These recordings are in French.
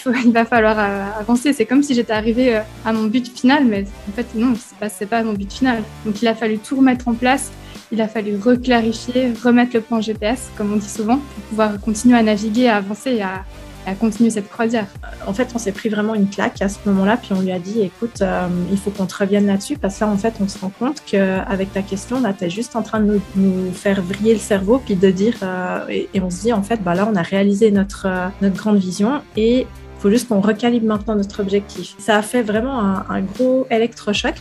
il va falloir avancer. C'est comme si j'étais arrivée à mon but final, mais en fait, non, c'est pas mon but final. Donc, il a fallu tout remettre en place. Il a fallu reclarifier, remettre le plan GPS, comme on dit souvent, pour pouvoir continuer à naviguer, à avancer et à continuer cette croisière. En fait, on s'est pris vraiment une claque à ce moment-là, puis on lui a dit, écoute, il faut qu'on te revienne là-dessus, parce que là, en fait, on se rend compte qu'avec ta question, là, tu es juste en train de nous faire vriller le cerveau, puis de dire, et on se dit, en fait, là, on a réalisé notre grande vision, et il faut juste qu'on recalibre maintenant notre objectif. Ça a fait vraiment un gros électrochoc.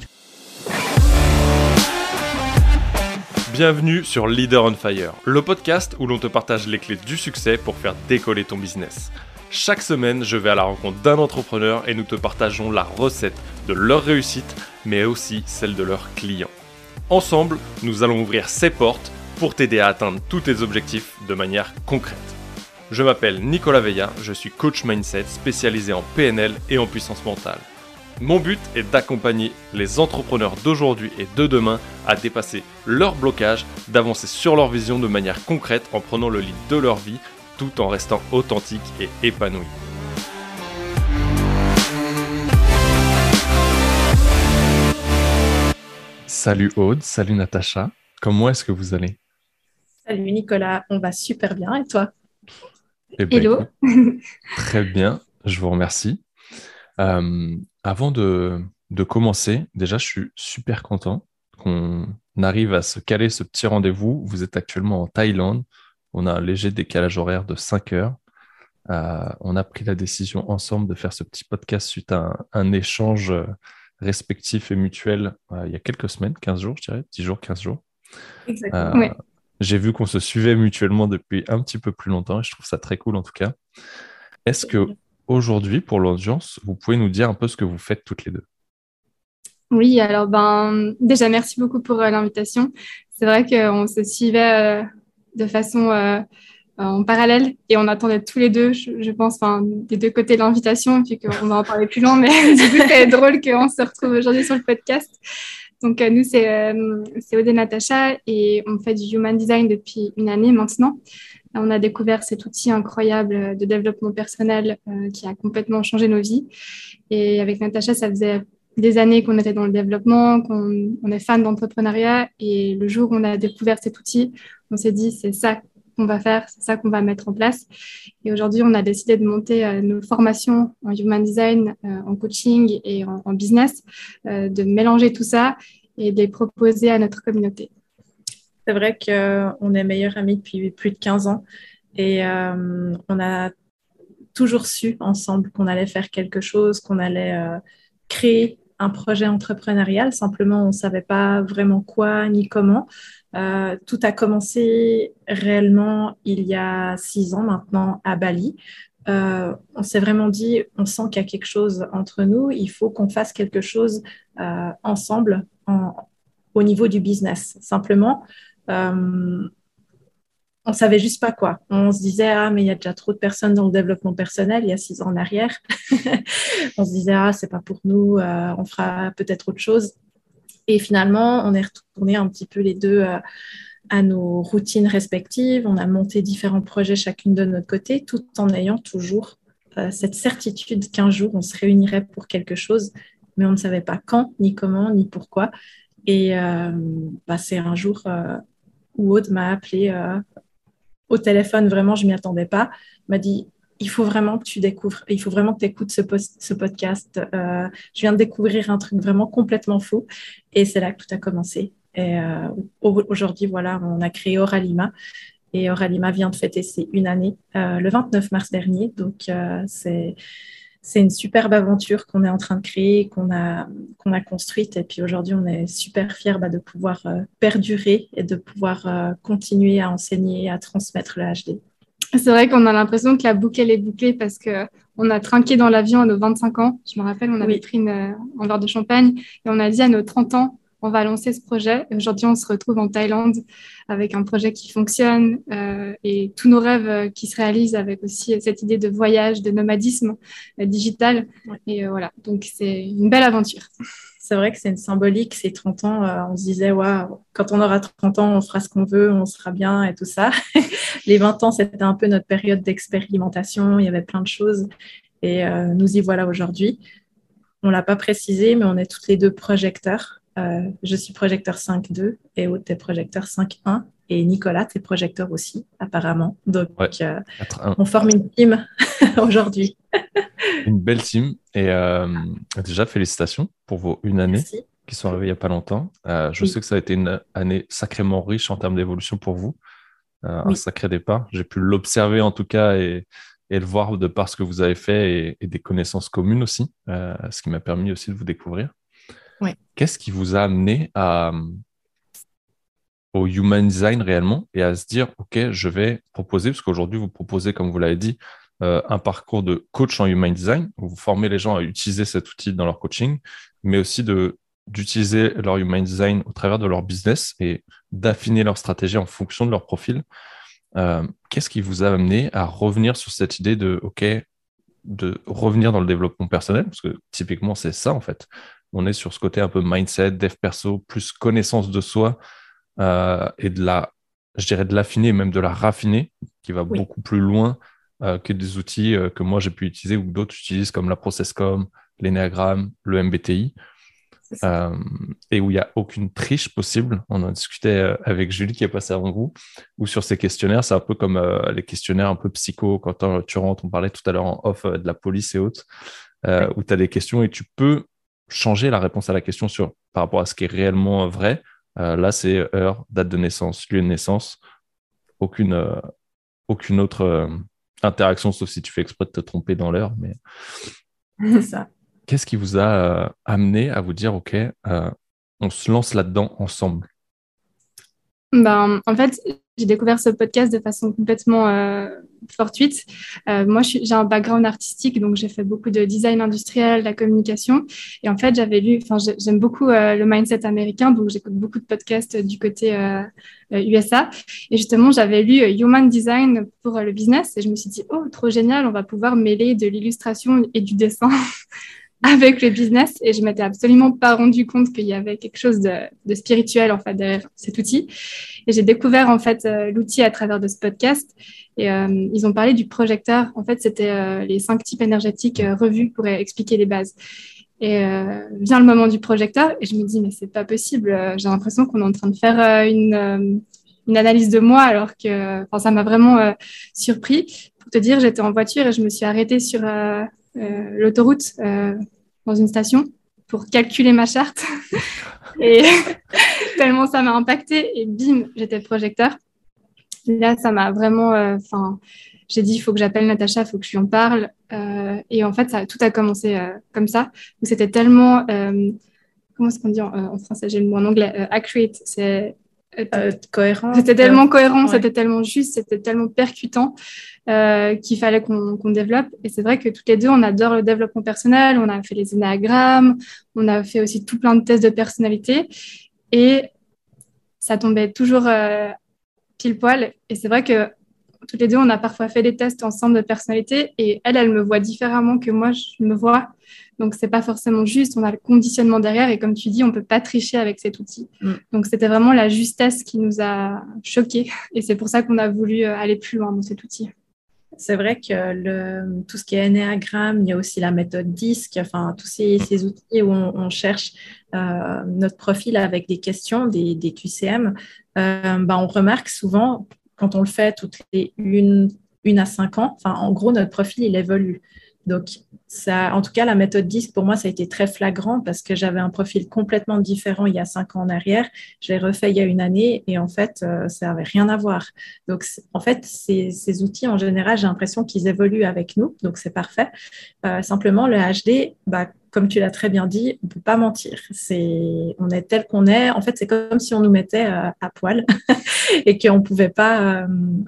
Bienvenue sur Leader on Fire, le podcast où l'on te partage les clés du succès pour faire décoller ton business. Chaque semaine, je vais à la rencontre d'un entrepreneur et nous te partageons la recette de leur réussite, mais aussi celle de leurs clients. Ensemble, nous allons ouvrir ces portes pour t'aider à atteindre tous tes objectifs de manière concrète. Je m'appelle Nicolas Veilla, je suis coach mindset spécialisé en PNL et en puissance mentale. Mon but est d'accompagner les entrepreneurs d'aujourd'hui et de demain à dépasser leurs blocages, d'avancer sur leur vision de manière concrète en prenant le lead de leur vie tout en restant authentique et épanoui. Salut Aude, salut Natacha, comment est-ce que vous allez? Salut Nicolas, on va super bien et toi? Hello. Très bien, je vous remercie. Avant de commencer, déjà je suis super content qu'on arrive à se caler ce petit rendez-vous. Vous êtes actuellement en Thaïlande, on a un léger décalage horaire de 5 heures. On a pris la décision ensemble de faire ce petit podcast suite à un échange respectif et mutuel il y a quelques semaines, 15 jours je dirais, 10 jours, 15 jours. Exactement. Oui. J'ai vu qu'on se suivait mutuellement depuis un petit peu plus longtemps et je trouve ça très cool en tout cas. Est-ce que aujourd'hui, pour l'audience, vous pouvez nous dire un peu ce que vous faites toutes les deux? Oui, alors déjà, merci beaucoup pour l'invitation. C'est vrai qu'on se suivait de façon en parallèle et on attendait tous les deux, je pense, des deux côtés de l'invitation, puis qu'on va en parler plus long, mais du coup, c'est drôle qu'on se retrouve aujourd'hui sur le podcast. Donc, nous, c'est Aude et Natacha et on fait du human design depuis une année maintenant. On a découvert cet outil incroyable de développement personnel qui a complètement changé nos vies. Et avec Natacha, ça faisait des années qu'on était dans le développement, qu'on est fan d'entrepreneuriat. Et le jour où on a découvert cet outil, on s'est dit, c'est ça qu'on va faire, c'est ça qu'on va mettre en place. Et aujourd'hui, on a décidé de monter nos formations en human design, en coaching et en business, de mélanger tout ça et de les proposer à notre communauté. C'est vrai qu'on est meilleurs amis depuis plus de 15 ans et on a toujours su ensemble qu'on allait faire quelque chose, qu'on allait créer un projet entrepreneurial. Simplement, on ne savait pas vraiment quoi ni comment. Tout a commencé réellement il y a 6 ans maintenant à Bali. On s'est vraiment dit, on sent qu'il y a quelque chose entre nous, il faut qu'on fasse quelque chose ensemble au niveau du business. Simplement, on savait juste pas quoi. On se disait, mais il y a déjà trop de personnes dans le développement personnel, il y a 6 ans en arrière. On se disait, c'est pas pour nous, on fera peut-être autre chose. Et finalement, on est retourné un petit peu les deux à nos routines respectives. On a monté différents projets chacune de notre côté, tout en ayant toujours cette certitude qu'un jour, on se réunirait pour quelque chose, mais on ne savait pas quand, ni comment, ni pourquoi. Et c'est un jour où Aude m'a appelé au téléphone, vraiment, je ne m'y attendais pas. M'a dit, il faut vraiment que tu découvres, il faut vraiment que tu écoutes ce podcast. Je viens de découvrir un truc vraiment complètement fou. Et c'est là que tout a commencé. Et aujourd'hui, voilà, on a créé Oralima. Et Oralima vient de fêter ses 1 année le 29 mars dernier. Donc, c'est une superbe aventure qu'on est en train de créer, qu'on a construite. Et puis aujourd'hui, on est super fiers de pouvoir perdurer et de pouvoir continuer à enseigner, à transmettre le HD. C'est vrai qu'on a l'impression que la boucle, elle est bouclée parce qu'on a trinqué dans l'avion à nos 25 ans. Je me rappelle, on avait pris un verre de champagne et on a dit à nos 30 ans, on va lancer ce projet. Et aujourd'hui, on se retrouve en Thaïlande avec un projet qui fonctionne et tous nos rêves qui se réalisent avec aussi cette idée de voyage, de nomadisme digital. Ouais. Et voilà, donc c'est une belle aventure. C'est vrai que c'est une symbolique, c'est 30 ans, on se disait, quand on aura 30 ans, on fera ce qu'on veut, on sera bien et tout ça. Les 20 ans, c'était un peu notre période d'expérimentation, il y avait plein de choses. Et nous y voilà aujourd'hui. On ne l'a pas précisé, mais on est toutes les deux projecteurs. Je suis projecteur 5.2 et Aude, t'es projecteur 5.1. Et Nicolas, t'es projecteur aussi, apparemment. Donc, Ouais, on forme une team aujourd'hui. une belle team. Et déjà, félicitations pour vos 1 année Merci. qui sont arrivées il n'y a pas longtemps. Je Oui. sais que ça a été une année sacrément riche en termes d'évolution pour vous. Un Oui. sacré départ. J'ai pu l'observer en tout cas et le voir de par ce que vous avez fait et des connaissances communes aussi, ce qui m'a permis aussi de vous découvrir. Oui. Qu'est-ce qui vous a amené au human design réellement et à se dire, OK, je vais proposer, parce qu'aujourd'hui, vous proposez, comme vous l'avez dit, un parcours de coach en human design, où vous formez les gens à utiliser cet outil dans leur coaching, mais aussi d'utiliser leur human design au travers de leur business et d'affiner leur stratégie en fonction de leur profil. Qu'est-ce qui vous a amené à revenir sur cette idée OK, de revenir dans le développement personnel? Parce que typiquement, c'est ça, en fait. On est sur ce côté un peu mindset, dev perso, plus connaissance de soi et je dirais de l'affiner, même de la raffiner, qui va Oui. beaucoup plus loin que des outils que moi j'ai pu utiliser ou que d'autres utilisent comme la ProcessCom, l'Enneagramme, le MBTI. Et où il n'y a aucune triche possible. On en discutait avec Julie qui est passée avant vous, où sur ces questionnaires, c'est un peu comme les questionnaires un peu psycho, quand tu rentres, on parlait tout à l'heure en off de la police et autres, où tu as des questions et tu peux changer la réponse à la question par rapport à ce qui est réellement vrai. Là, c'est heure, date de naissance, lieu de naissance, aucune autre interaction, sauf si tu fais exprès de te tromper dans l'heure. Mais C'est ça. qu'est-ce qui vous a amené à vous dire, OK, on se lance là-dedans ensemble? Ben, en fait, j'ai découvert ce podcast de façon complètement fortuite. Moi, j'ai un background artistique, donc j'ai fait beaucoup de design industriel, de la communication. Et en fait, j'aime beaucoup le mindset américain, donc j'écoute beaucoup de podcasts du côté USA. Et justement, j'avais lu Human Design pour le business et je me suis dit, oh, trop génial, on va pouvoir mêler de l'illustration et du dessin avec le business et je m'étais absolument pas rendu compte qu'il y avait quelque chose de spirituel en fait derrière cet outil. Et j'ai découvert en fait l'outil à travers de ce podcast et ils ont parlé du projecteur. En fait, c'était les 5 types énergétiques revus pour expliquer les bases. Et vient le moment du projecteur et je me dis mais c'est pas possible. J'ai l'impression qu'on est en train de faire une analyse de moi alors que ça m'a vraiment surpris. Pour te dire, j'étais en voiture et je me suis arrêtée sur l'autoroute dans une station pour calculer ma charte. Et tellement ça m'a impacté et bim, j'étais le projecteur. Là, ça m'a vraiment... j'ai dit, il faut que j'appelle Natacha, il faut que je lui en parle. Et en fait, tout a commencé comme ça. Donc, c'était tellement... comment est-ce qu'on dit en français? J'ai le mot en anglais. Accurate, c'est... Cohérent. C'était tellement cohérent, ouais. C'était tellement juste, c'était tellement percutant qu'il fallait qu'on développe. Et c'est vrai que toutes les deux, on adore le développement personnel. On a fait les énéagrammes, on a fait aussi tout plein de tests de personnalité. Et ça tombait toujours pile poil. Et c'est vrai que toutes les deux, on a parfois fait des tests ensemble de personnalité et elle me voit différemment que moi, je me vois. Donc, c'est pas forcément juste. On a le conditionnement derrière et comme tu dis, on peut pas tricher avec cet outil. Donc, c'était vraiment la justesse qui nous a choqués et c'est pour ça qu'on a voulu aller plus loin dans cet outil. C'est vrai que tout ce qui est Enneagramme, il y a aussi la méthode DISC, enfin tous ces outils où on cherche notre profil avec des questions, des QCM. On remarque souvent quand on le fait toutes les 1 à 5 ans, enfin en gros notre profil il évolue. Donc ça, en tout cas la méthode DISC pour moi ça a été très flagrant parce que j'avais un profil complètement différent il y a 5 ans en arrière. Je l'ai refait il y a 1 année et en fait ça n'avait rien à voir. Donc en fait ces outils en général j'ai l'impression qu'ils évoluent avec nous, donc c'est parfait. Simplement le HD, comme tu l'as très bien dit, on ne peut pas mentir. On est tel qu'on est. En fait, c'est comme si on nous mettait à poil et qu'on ne pouvait pas...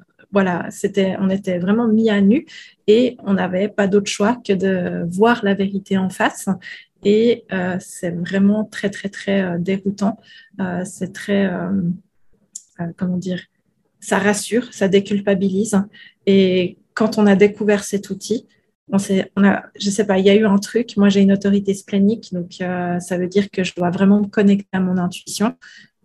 on était vraiment mis à nu et on n'avait pas d'autre choix que de voir la vérité en face. Et c'est vraiment très, très, très déroutant. C'est très... comment dire? Ça rassure, ça déculpabilise. Et quand on a découvert cet outil, je sais pas, il y a eu un truc. Moi, j'ai une autorité splénique, donc ça veut dire que je dois vraiment me connecter à mon intuition.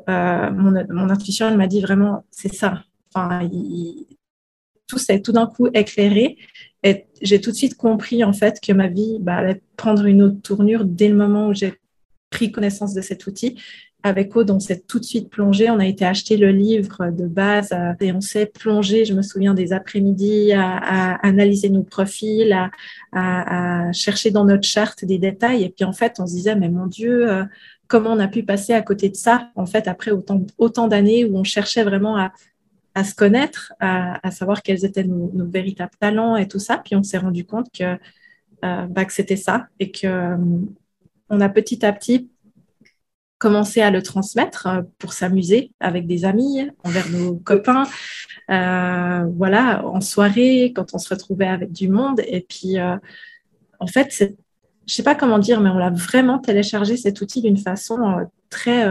Mon intuition, elle m'a dit vraiment, c'est ça. Enfin, tout s'est tout d'un coup éclairé Et j'ai tout de suite compris en fait que ma vie allait prendre une autre tournure dès le moment où j'ai pris connaissance de cet outil. Avec Aude, on s'est tout de suite plongé. On a été acheter le livre de base et on s'est plongé, je me souviens, des après-midi à analyser nos profils, à chercher dans notre charte des détails. Et puis en fait, on se disait, mais mon Dieu, comment on a pu passer à côté de ça, en fait, après autant d'années où on cherchait vraiment à se connaître, à savoir quels étaient nos véritables talents et tout ça. Puis on s'est rendu compte que c'était ça et que on a petit à petit commencé à le transmettre pour s'amuser avec des amis, envers nos copains, voilà, en soirée, quand on se retrouvait avec du monde. Et puis, en fait, je sais pas comment dire, mais on l'a vraiment téléchargé cet outil d'une façon très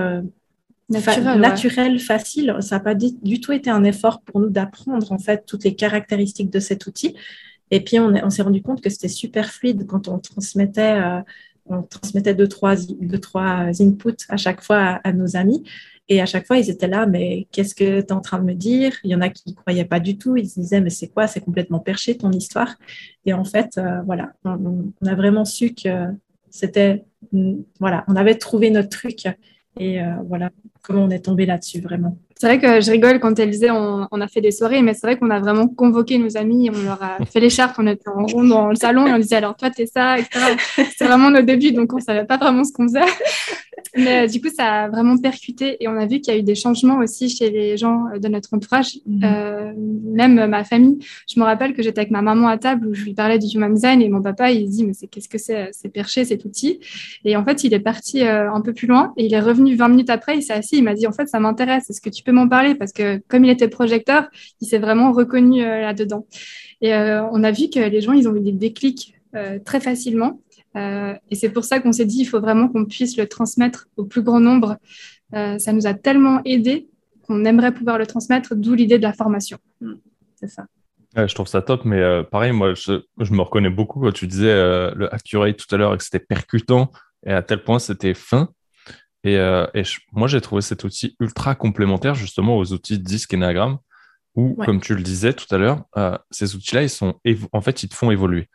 naturelle, facile. Ça n'a pas du tout été un effort pour nous d'apprendre en fait toutes les caractéristiques de cet outil. Et puis, on s'est rendu compte que c'était super fluide quand on transmettait deux, trois inputs à chaque fois à nos amis. Et à chaque fois, ils étaient là, mais qu'est-ce que tu es en train de me dire? Il y en a qui ne croyaient pas du tout. Ils se disaient, mais c'est quoi? C'est complètement perché ton histoire. Et en fait, voilà, on a vraiment su que c'était, voilà, on avait trouvé notre truc. Et voilà comment on est tombé là-dessus, vraiment. C'est vrai que je rigole quand elle disait on a fait des soirées, mais c'est vrai qu'on a vraiment convoqué nos amis, on leur a fait les chartes, on était en rond dans le salon et on disait alors toi t'es ça, etc. C'était vraiment nos débuts, donc on savait pas vraiment ce qu'on faisait. Mais du coup, ça a vraiment percuté et on a vu qu'il y a eu des changements aussi chez les gens de notre entourage, même ma famille. Je me rappelle que j'étais avec ma maman à table où je lui parlais du human design et mon papa, il dit mais qu'est-ce que c'est perché cet outil? Et en fait, il est parti un peu plus loin et il est revenu 20 minutes après, il s'est assis, il m'a dit en fait, ça m'intéresse, est-ce que tu peux m'en parler? Parce que comme il était projecteur, il s'est vraiment reconnu là-dedans. Et on a vu que les gens, ils ont eu des déclics très facilement. Et c'est pour ça qu'on s'est dit il faut vraiment qu'on puisse le transmettre au plus grand nombre. Ça nous a tellement aidé qu'on aimerait pouvoir le transmettre, d'où l'idée de la formation. C'est ça. Ouais, je trouve ça top, mais pareil, moi, je me reconnais beaucoup quand tu disais le Accurate tout à l'heure et que c'était percutant et à tel point c'était fin. Moi, j'ai trouvé cet outil ultra complémentaire justement aux outils Disque Enneagram où, comme tu le disais tout à l'heure, ces outils-là, en fait, ils te font évoluer.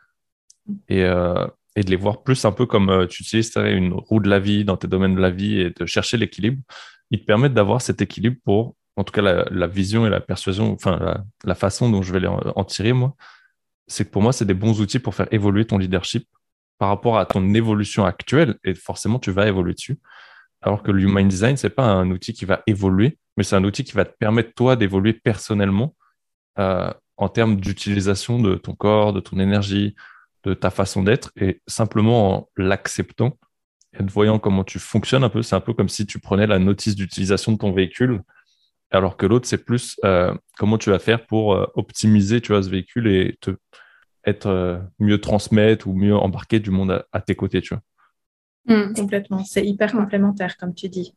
Et de les voir plus un peu comme tu utilises une roue de la vie dans tes domaines de la vie et de chercher l'équilibre, ils te permettent d'avoir cet équilibre pour, en tout cas, la vision et la persuasion, enfin, la façon dont je vais en tirer, moi, c'est que pour moi, c'est des bons outils pour faire évoluer ton leadership par rapport à ton évolution actuelle et forcément, tu vas évoluer dessus. Alors que le Human Design, c'est pas un outil qui va évoluer, mais c'est un outil qui va te permettre, toi, d'évoluer personnellement en termes d'utilisation de ton corps, de ton énergie, de ta façon d'être, et simplement en l'acceptant et en voyant comment tu fonctionnes un peu. C'est un peu comme si tu prenais la notice d'utilisation de ton véhicule, alors que l'autre, c'est plus comment tu vas faire pour optimiser, tu vois, ce véhicule et être mieux transmettre ou mieux embarquer du monde à tes côtés, tu vois. Complètement. C'est hyper complémentaire, comme tu dis.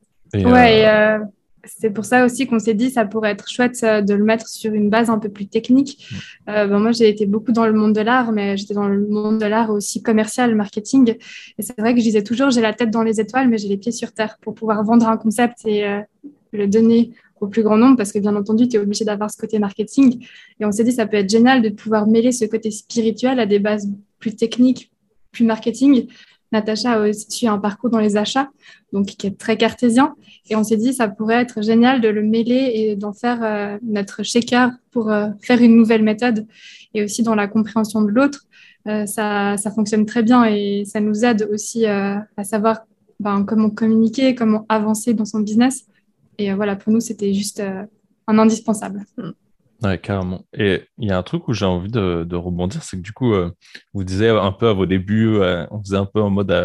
C'est pour ça aussi qu'on s'est dit ça pourrait être chouette de le mettre sur une base un peu plus technique. Moi, j'ai été beaucoup dans le monde de l'art, mais j'étais dans le monde de l'art aussi commercial, marketing. Et c'est vrai que je disais toujours, j'ai la tête dans les étoiles, mais j'ai les pieds sur terre pour pouvoir vendre un concept et le donner au plus grand nombre, parce que bien entendu, tu es obligé d'avoir ce côté marketing. Et on s'est dit, ça peut être génial de pouvoir mêler ce côté spirituel à des bases plus techniques, plus marketing. Natacha a aussi un parcours dans les achats, donc qui est très cartésien. Et on s'est dit, ça pourrait être génial de le mêler et d'en faire notre shaker pour faire une nouvelle méthode. Et aussi dans la compréhension de l'autre, ça fonctionne très bien et ça nous aide aussi à savoir comment communiquer, comment avancer dans son business. Et voilà, pour nous, c'était juste un indispensable. Ouais, carrément. Et il y a un truc où j'ai envie de rebondir, c'est que du coup, vous disiez un peu à vos débuts, on faisait un peu en mode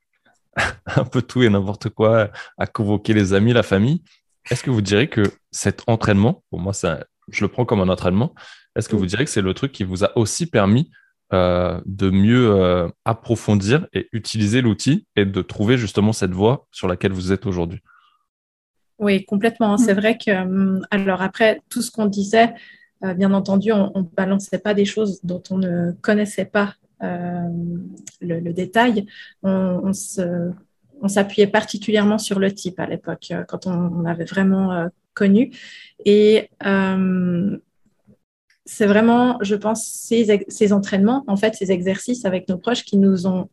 un peu tout et n'importe quoi, à convoquer les amis, la famille. Est-ce que vous direz que cet entraînement, pour moi, je le prends comme un entraînement, est-ce que vous direz que c'est le truc qui vous a aussi permis de mieux approfondir et utiliser l'outil et de trouver justement cette voie sur laquelle vous êtes aujourd'hui? Oui, complètement. C'est vrai que, alors après, tout ce qu'on disait, bien entendu, on ne balançait pas des choses dont on ne connaissait pas le détail. On s'appuyait particulièrement sur le type à l'époque, quand on avait vraiment connu. Et c'est vraiment, je pense, ces entraînements, en fait, ces exercices avec nos proches qui nous ont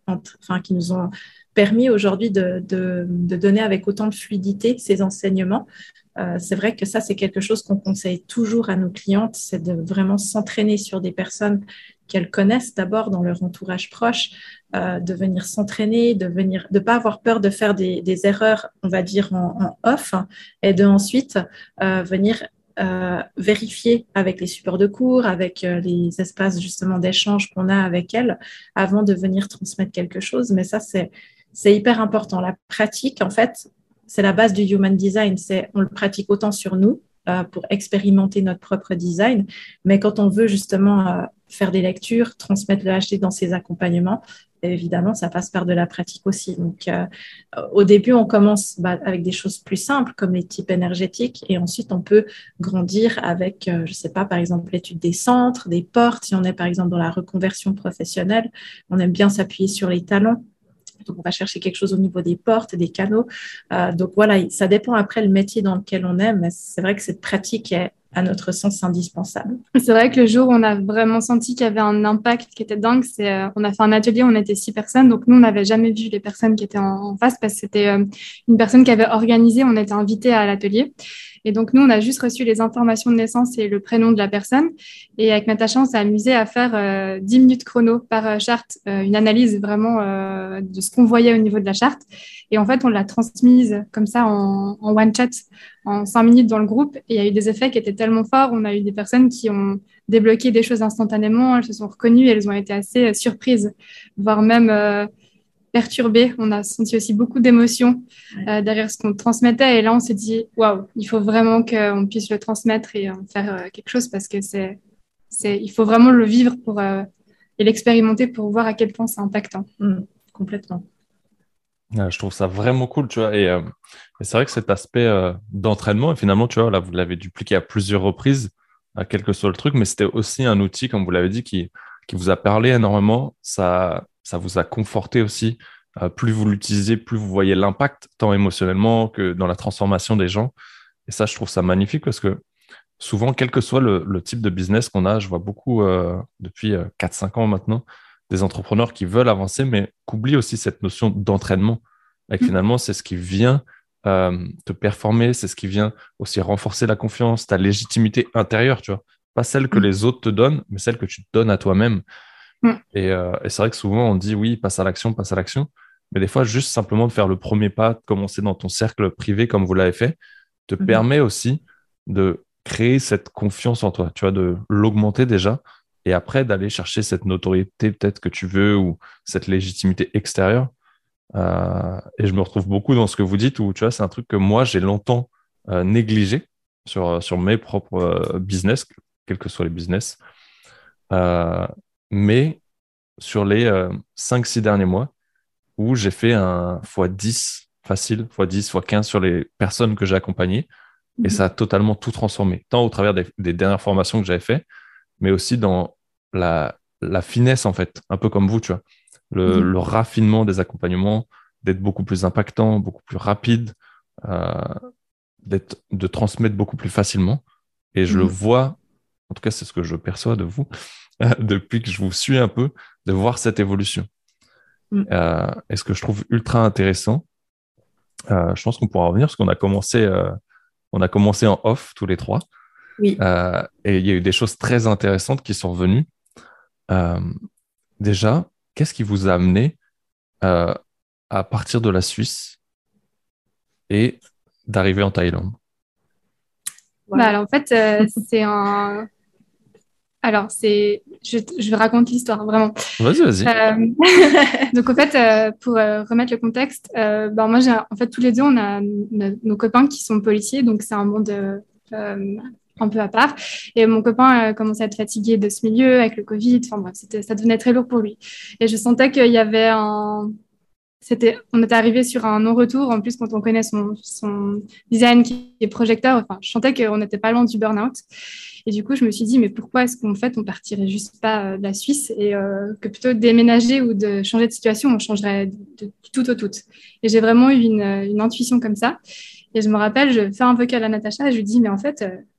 permis aujourd'hui de donner avec autant de fluidité ces enseignements. C'est vrai que ça, c'est quelque chose qu'on conseille toujours à nos clientes, c'est de vraiment s'entraîner sur des personnes qu'elles connaissent d'abord dans leur entourage proche, de venir s'entraîner, de pas avoir peur de faire des erreurs, on va dire en off, hein, et de ensuite venir vérifier avec les supports de cours, avec les espaces justement d'échange qu'on a avec elles, avant de venir transmettre quelque chose. Mais ça, c'est hyper important. La pratique, en fait, c'est la base du human design. On le pratique autant sur nous pour expérimenter notre propre design, mais quand on veut justement faire des lectures, transmettre le HD dans ses accompagnements, évidemment, ça passe par de la pratique aussi. Donc, au début, on commence avec des choses plus simples, comme les types énergétiques, et ensuite, on peut grandir avec, je ne sais pas, par exemple, l'étude des centres, des portes. Si on est, par exemple, dans la reconversion professionnelle, on aime bien s'appuyer sur les talents. Donc, on va chercher quelque chose au niveau des portes, des canaux. Donc, voilà, ça dépend après le métier dans lequel on est, mais c'est vrai que cette pratique est, à notre sens, indispensable. C'est vrai que le jour où on a vraiment senti qu'il y avait un impact qui était dingue, on a fait un atelier, on était 6 personnes, donc nous, on n'avait jamais vu les personnes qui étaient en face parce que c'était une personne qui avait organisé, on était invités à l'atelier. Et donc, nous, on a juste reçu les informations de naissance et le prénom de la personne. Et avec Natacha, on s'est amusé à faire 10 minutes chrono par charte, une analyse vraiment de ce qu'on voyait au niveau de la charte. Et en fait, on l'a transmise comme ça en one chat, en 5 minutes dans le groupe. Et il y a eu des effets qui étaient tellement forts. On a eu des personnes qui ont débloqué des choses instantanément. Elles se sont reconnues et elles ont été assez surprises, voire même perturbées. On a senti aussi beaucoup d'émotions derrière ce qu'on transmettait. Et là, on s'est dit, waouh, il faut vraiment qu'on puisse le transmettre et en faire quelque chose parce que il faut vraiment le vivre et l'expérimenter pour voir à quel point c'est impactant. Complètement. Je trouve ça vraiment cool, tu vois. Et c'est vrai que cet aspect d'entraînement, et finalement, tu vois, là, vous l'avez dupliqué à plusieurs reprises, à quel que soit le truc, mais c'était aussi un outil, comme vous l'avez dit, qui vous a parlé énormément. Ça vous a conforté aussi. Plus vous l'utilisez, plus vous voyez l'impact, tant émotionnellement que dans la transformation des gens. Et ça, je trouve ça magnifique parce que souvent, quel que soit le type de business qu'on a, je vois beaucoup depuis 4-5 ans maintenant, des entrepreneurs qui veulent avancer, mais qui oublient aussi cette notion d'entraînement. Et que finalement, c'est ce qui vient te performer, c'est ce qui vient aussi renforcer la confiance, ta légitimité intérieure, tu vois. Pas celle que les autres te donnent, mais celle que tu te donnes à toi-même. Et c'est vrai que souvent, on dit oui, passe à l'action, passe à l'action. Mais des fois, juste simplement de faire le premier pas, de commencer dans ton cercle privé comme vous l'avez fait, te permet aussi de créer cette confiance en toi, tu vois, de l'augmenter déjà et après d'aller chercher cette notoriété peut-être que tu veux ou cette légitimité extérieure. Et je me retrouve beaucoup dans ce que vous dites où, tu vois, c'est un truc que moi, j'ai longtemps négligé sur mes propres business, quels que soient les business. Mais sur les 5-6 derniers mois, où j'ai fait un x10 facile, x10, x15 sur les personnes que j'ai accompagnées. Et ça a totalement tout transformé, tant au travers des dernières formations que j'avais fait, mais aussi dans la finesse, en fait, un peu comme vous, tu vois. Le raffinement des accompagnements, d'être beaucoup plus impactant, beaucoup plus rapide, euh, de transmettre beaucoup plus facilement. Et je le vois, en tout cas, c'est ce que je perçois de vous, depuis que je vous suis un peu, de voir cette évolution. Et ce que je trouve ultra intéressant, je pense qu'on pourra revenir parce qu'on a commencé en off tous les trois. Oui. Et il y a eu des choses très intéressantes qui sont venues. Déjà, qu'est-ce qui vous a amené à partir de la Suisse et d'arriver en Thaïlande? Voilà. Alors, en fait, c'est un... Alors, je raconte l'histoire, vraiment. Vas-y. Donc, en fait, pour remettre le contexte, moi, en fait, tous les deux, on a nos copains qui sont policiers, donc c'est un monde un peu à part. Et mon copain commençait à être fatigué de ce milieu avec le Covid. Enfin, bref, ça devenait très lourd pour lui. Et je sentais qu'il y avait on était arrivé sur un non-retour. En plus, quand on connaît son design qui est projecteur, enfin, je sentais qu'on n'était pas loin du burn-out. Et du coup, je me suis dit, mais pourquoi est-ce qu'en fait, on partirait juste pas de la Suisse et que plutôt de déménager ou de changer de situation, on changerait de tout au tout. Et j'ai vraiment eu une intuition comme ça. Et je me rappelle, je fais un vocal à Natacha et je lui dis, mais en fait,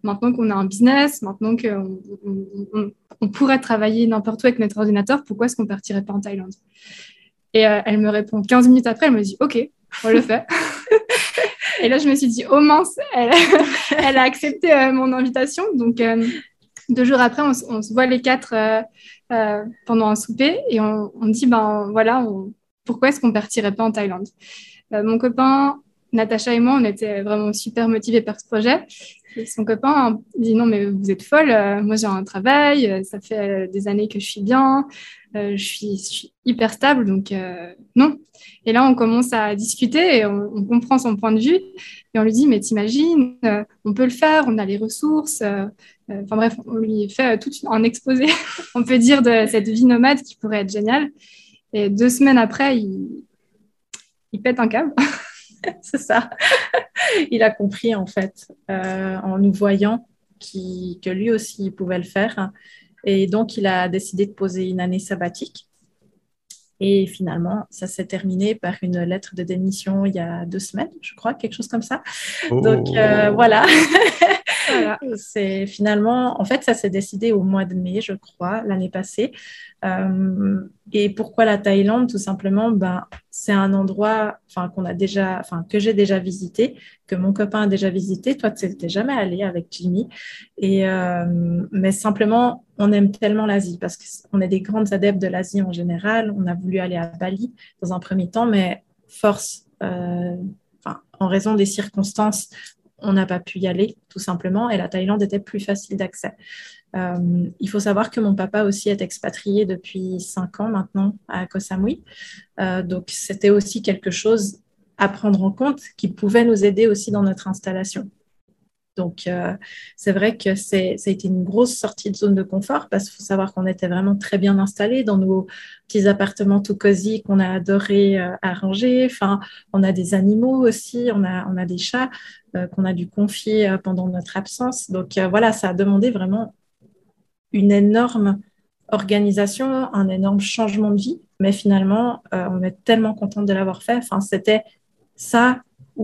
maintenant qu'on a un business, maintenant qu'on pourrait travailler n'importe où avec notre ordinateur, pourquoi est-ce qu'on partirait pas en Thaïlande? Et elle me répond 15 minutes après, elle me dit OK, on le fait. Et là, je me suis dit, oh mince, elle a accepté mon invitation. Donc, 2 jours après, on se voit les 4 pendant un souper et on dit, ben voilà, pourquoi est-ce qu'on partirait pas en Thaïlande? Mon copain, Natacha et moi, on était vraiment super motivés par ce projet. Et son copain dit, non, mais vous êtes folle, moi j'ai un travail, ça fait des années que je suis bien, je suis hyper stable, donc non. Et là, on commence à discuter et on comprend son point de vue. Et on lui dit, mais t'imagines, on peut le faire, on a les ressources. Enfin bref, on lui fait tout un exposé, on peut dire, de cette vie nomade qui pourrait être géniale. Et 2 semaines après, il pète un câble. C'est ça. Il a compris, en fait, en nous voyant que lui aussi, il pouvait le faire. Et donc, il a décidé de poser une année sabbatique. Et finalement, ça s'est terminé par une lettre de démission il y a 2 semaines, je crois, quelque chose comme ça. Oh. Donc, voilà. Voilà. C'est finalement, en fait, ça s'est décidé au mois de mai, je crois, l'année passée. Et pourquoi la Thaïlande? Tout simplement, c'est un endroit que j'ai déjà visité, que mon copain a déjà visité. Toi, tu n'étais jamais allé avec Jimmy. Mais simplement, on aime tellement l'Asie parce qu'on est des grandes adeptes de l'Asie en général. On a voulu aller à Bali dans un premier temps, mais en raison des circonstances, on n'a pas pu y aller, tout simplement, et la Thaïlande était plus facile d'accès. Il faut savoir que mon papa aussi est expatrié depuis 5 ans maintenant à Koh Samui. Donc, c'était aussi quelque chose à prendre en compte qui pouvait nous aider aussi dans notre installation. Donc, c'est vrai que ça a été une grosse sortie de zone de confort parce qu'il faut savoir qu'on était vraiment très bien installés dans nos petits appartements tout cosy qu'on a adoré arranger. Enfin, on a des animaux aussi, on a des chats qu'on a dû confier pendant notre absence. Donc, voilà, ça a demandé vraiment une énorme organisation, un énorme changement de vie. Mais finalement, on est tellement contente de l'avoir fait. Enfin, c'était ça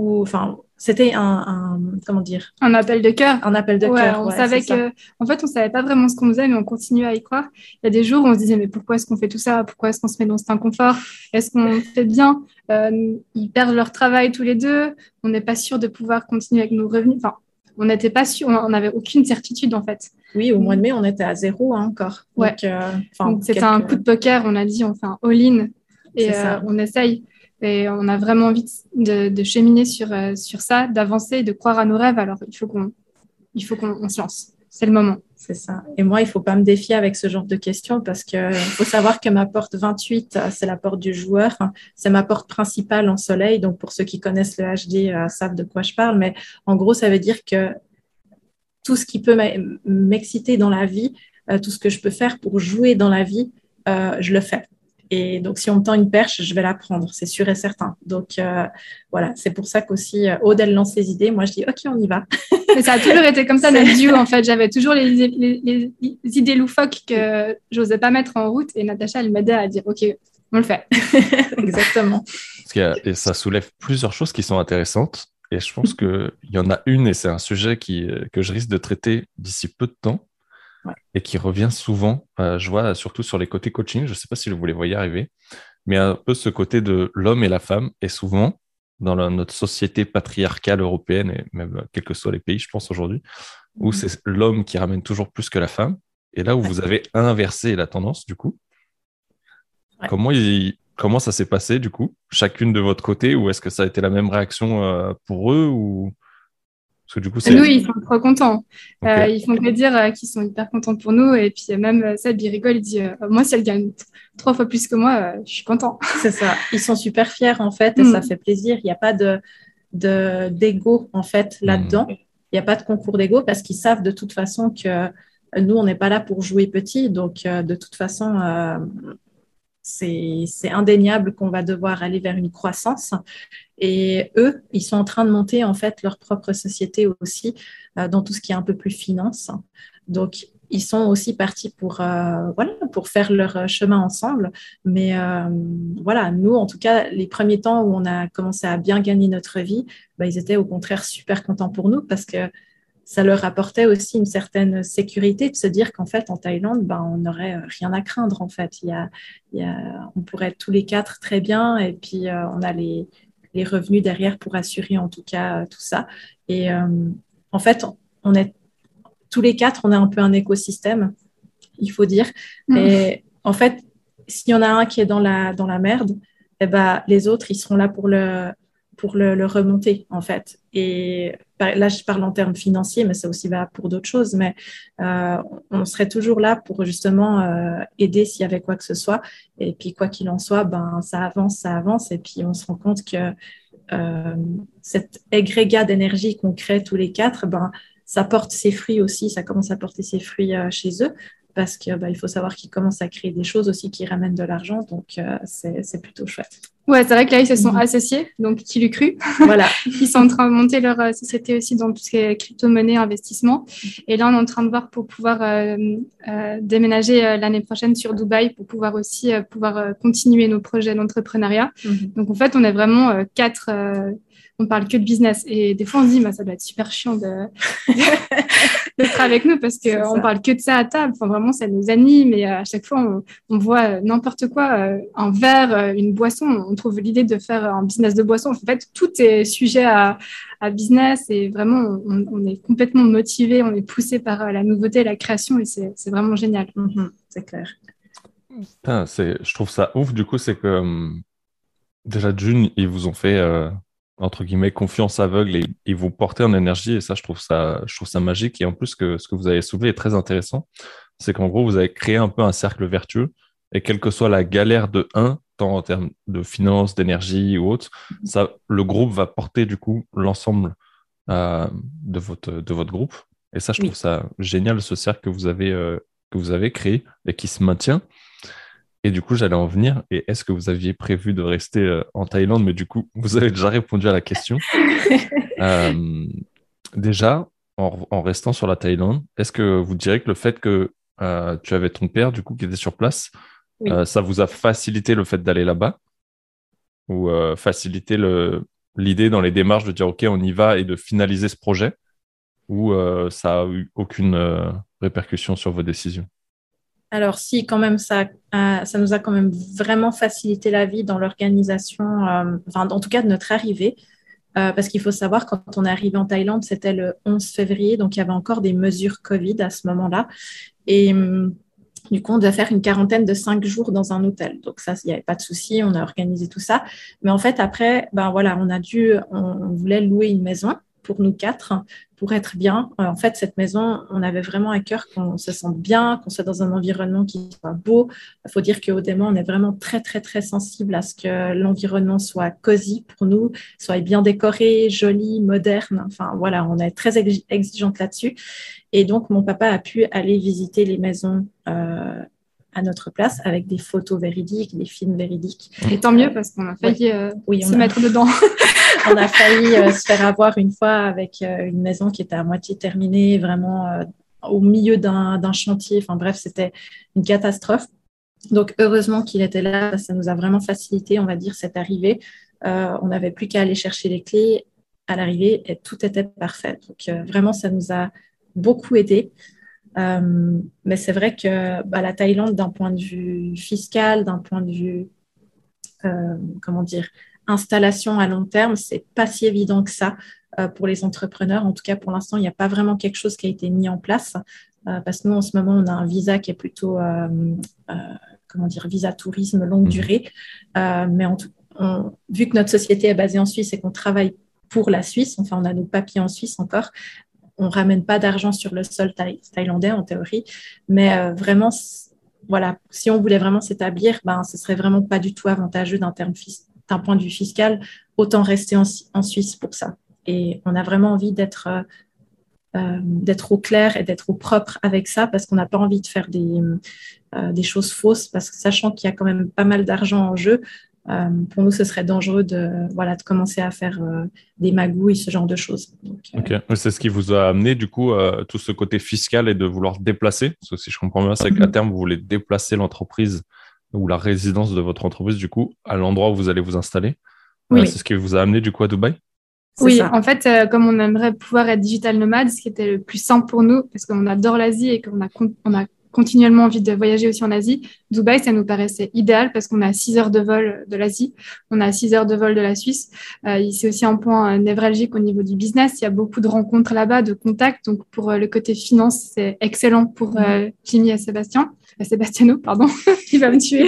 c'était comment dire? Un appel de cœur. Un appel de cœur. On savait en fait, on savait pas vraiment ce qu'on faisait, mais on continuait à y croire. Il y a des jours où on se disait, mais pourquoi est-ce qu'on fait tout ça? Pourquoi est-ce qu'on se met dans cet inconfort? Est-ce qu'on fait bien? Ils perdent leur travail tous les deux. On n'est pas sûr de pouvoir continuer avec nos revenus. Enfin, on n'était pas sûr. On n'avait aucune certitude, en fait. Oui, au mois de mai, on était à 0 encore. Ouais. Donc, c'était un coup de poker. On a dit, on fait un all-in et on essaye. Et on a vraiment envie de cheminer sur ça, d'avancer, de croire à nos rêves. Alors, il faut qu'on se lance. C'est le moment. C'est ça. Et moi, il ne faut pas me défier avec ce genre de questions parce qu'il faut savoir que ma porte 28, c'est la porte du joueur. C'est ma porte principale en soleil. Donc, pour ceux qui connaissent le HD, savent de quoi je parle. Mais en gros, ça veut dire que tout ce qui peut m'exciter dans la vie, tout ce que je peux faire pour jouer dans la vie, je le fais. Et donc, si on me tend une perche, je vais la prendre, c'est sûr et certain. Donc, voilà, c'est pour ça qu'aussi, Aude, elle lance les idées. Moi, je dis, OK, on y va. Mais ça a toujours été comme ça, notre duo, en fait. J'avais toujours les idées loufoques que j'osais pas mettre en route. Et Natacha, elle m'aidait à dire, OK, on le fait. Exactement. Et ça soulève plusieurs choses qui sont intéressantes. Et je pense qu'il y en a une, et c'est un sujet que je risque de traiter d'ici peu de temps. Ouais. Et qui revient souvent, je vois surtout sur les côtés coaching, je ne sais pas si vous les voyez arriver, mais un peu ce côté de l'homme et la femme, et souvent, dans notre société patriarcale européenne, et même quels que soient les pays, je pense aujourd'hui, où c'est l'homme qui ramène toujours plus que la femme, et là où vous avez inversé la tendance, du coup. Ouais. Comment ça s'est passé, du coup, chacune de votre côté, ou est-ce que ça a été la même réaction pour eux, ou... Parce que du coup, nous, ils sont trop contents. Okay. Ils font que dire qu'ils sont hyper contents pour nous. Et puis même Seb, il rigole, il dit moi, si elle gagne 3 fois plus que moi, je suis content. C'est ça. Ils sont super fiers, en fait, et ça fait plaisir. Il n'y a pas d'ego, en fait, là-dedans. Il n'y a pas de concours d'ego parce qu'ils savent de toute façon que nous, on n'est pas là pour jouer petit. Donc, de toute façon, c'est indéniable qu'on va devoir aller vers une croissance. Et eux, ils sont en train de monter en fait leur propre société aussi dans tout ce qui est un peu plus finance. Donc, ils sont aussi partis pour faire leur chemin ensemble. Mais voilà, nous, en tout cas, les premiers temps où on a commencé à bien gagner notre vie, ils étaient au contraire super contents pour nous parce que ça leur apportait aussi une certaine sécurité de se dire qu'en fait, en Thaïlande, on n'aurait rien à craindre. En fait, on pourrait être tous les quatre très bien et puis on a les revenus derrière pour assurer en tout cas tout ça. Et en fait, on est tous les quatre, on est un peu un écosystème, il faut dire. Et en fait, s'il y en a un qui est dans la merde, eh ben, les autres, ils seront là pour le remonter, en fait. Et là, je parle en termes financiers, mais ça aussi va pour d'autres choses. Mais on serait toujours là pour justement aider s'il y avait quoi que ce soit. Et puis, quoi qu'il en soit, ça avance. Et puis, on se rend compte que cet agrégat d'énergie qu'on crée tous les quatre, ça porte ses fruits aussi. Ça commence à porter ses fruits chez eux. Parce qu'il faut savoir qu'ils commencent à créer des choses aussi qui ramènent de l'argent. Donc, c'est plutôt chouette. Ouais, c'est vrai que là, ils se sont associés, donc qui l'eût cru. Voilà. Ils sont en train de monter leur société aussi dans tout ce qui est crypto-monnaie, investissement. Et là, on est en train de voir pour pouvoir déménager l'année prochaine sur Dubaï pour pouvoir aussi continuer nos projets d'entrepreneuriat. Donc, en fait, on est vraiment quatre... on parle que de business. Et des fois, on se dit, ça doit être super chiant d'être avec nous parce qu'on parle que de ça à table. Enfin, vraiment, ça nous anime. Et à chaque fois, on voit n'importe quoi, un verre, une boisson. On trouve l'idée de faire un business de boisson. En fait, tout est sujet à business. Et vraiment, on est complètement motivé. On est poussé par la nouveauté, la création. Et c'est vraiment génial. C'est clair. Putain, je trouve ça ouf. Du coup, c'est que déjà, d'une, ils vous ont fait... entre guillemets, confiance aveugle et ils vous portez en énergie. Et ça, je trouve ça magique. Et en plus, ce que vous avez soulevé est très intéressant. C'est qu'en gros, vous avez créé un peu un cercle vertueux. Et quelle que soit la galère de un, tant en termes de finances, d'énergie ou autre, le groupe va porter du coup l'ensemble de votre groupe. Et ça, je trouve ça génial, ce cercle que vous avez créé et qui se maintient. Et du coup, j'allais en venir. Et est-ce que vous aviez prévu de rester en Thaïlande? Mais du coup, vous avez déjà répondu à la question. Déjà, en restant sur la Thaïlande, est-ce que vous direz que le fait que tu avais ton père, du coup, qui était sur place, ça vous a facilité le fait d'aller là-bas? Ou facilité l'idée dans les démarches de dire, OK, on y va et de finaliser ce projet? Ou ça a eu aucune répercussion sur vos décisions? Alors, si, quand même, ça nous a quand même vraiment facilité la vie dans l'organisation, en tout cas de notre arrivée. Parce qu'il faut savoir, quand on est arrivé en Thaïlande, c'était le 11 février, donc il y avait encore des mesures Covid à ce moment-là. Et du coup, on devait faire une quarantaine de 5 jours dans un hôtel. Donc ça, il n'y avait pas de souci, on a organisé tout ça. Mais en fait, après, on voulait louer une maison pour nous quatre, pour être bien. En fait, cette maison, on avait vraiment à cœur qu'on se sente bien, qu'on soit dans un environnement qui soit beau. Il faut dire qu'au Déman, on est vraiment très, très, très sensible à ce que l'environnement soit cosy pour nous, soit bien décoré, joli, moderne. Enfin, voilà, on est très exigeante là-dessus. Et donc, mon papa a pu aller visiter les maisons à notre place avec des photos véridiques, des films véridiques. Et tant mieux parce qu'on a failli se mettre dedans. On a failli se faire avoir une fois avec une maison qui était à moitié terminée, vraiment au milieu d'un chantier. Enfin bref, c'était une catastrophe. Donc, heureusement qu'il était là. Ça nous a vraiment facilité, on va dire, cette arrivée. On n'avait plus qu'à aller chercher les clés à l'arrivée et tout était parfait. Donc, vraiment, ça nous a beaucoup aidé. Mais c'est vrai que la Thaïlande, d'un point de vue fiscal, d'un point de vue, installation à long terme, c'est pas si évident que ça pour les entrepreneurs. En tout cas, pour l'instant, il n'y a pas vraiment quelque chose qui a été mis en place parce que nous, en ce moment, on a un visa qui est plutôt, visa tourisme longue durée. Mais vu que notre société est basée en Suisse et qu'on travaille pour la Suisse, enfin, on a nos papiers en Suisse encore, on ne ramène pas d'argent sur le sol thaïlandais en théorie, mais vraiment, voilà, si on voulait vraiment s'établir, ce serait vraiment pas du tout avantageux d'un point de vue fiscal, autant rester en Suisse pour ça. Et on a vraiment envie d'être au clair et d'être au propre avec ça parce qu'on n'a pas envie de faire des choses fausses parce que sachant qu'il y a quand même pas mal d'argent en jeu, pour nous, ce serait dangereux de commencer à faire des magouilles, ce genre de choses. Donc, Ok, c'est ce qui vous a amené du coup tout ce côté fiscal et de vouloir déplacer. Parce que si je comprends bien, c'est qu'à terme, vous voulez déplacer l'entreprise ou la résidence de votre entreprise du coup à l'endroit où vous allez vous installer. Oui. C'est ce qui vous a amené du coup à Dubaï? Oui, ça. en fait, comme on aimerait pouvoir être digital nomade, ce qui était le plus simple pour nous, parce qu'on adore l'Asie et qu'on a, on a continuellement envie de voyager aussi en Asie, Dubaï, ça nous paraissait idéal parce qu'on a 6 heures de vol de l'Asie, on a 6 heures de vol de la Suisse. C'est aussi un point névralgique au niveau du business. Il y a beaucoup de rencontres là-bas, de contacts. Donc, pour le côté finance, c'est excellent pour Jimmy et Sebastiano, pardon, qui va me tuer.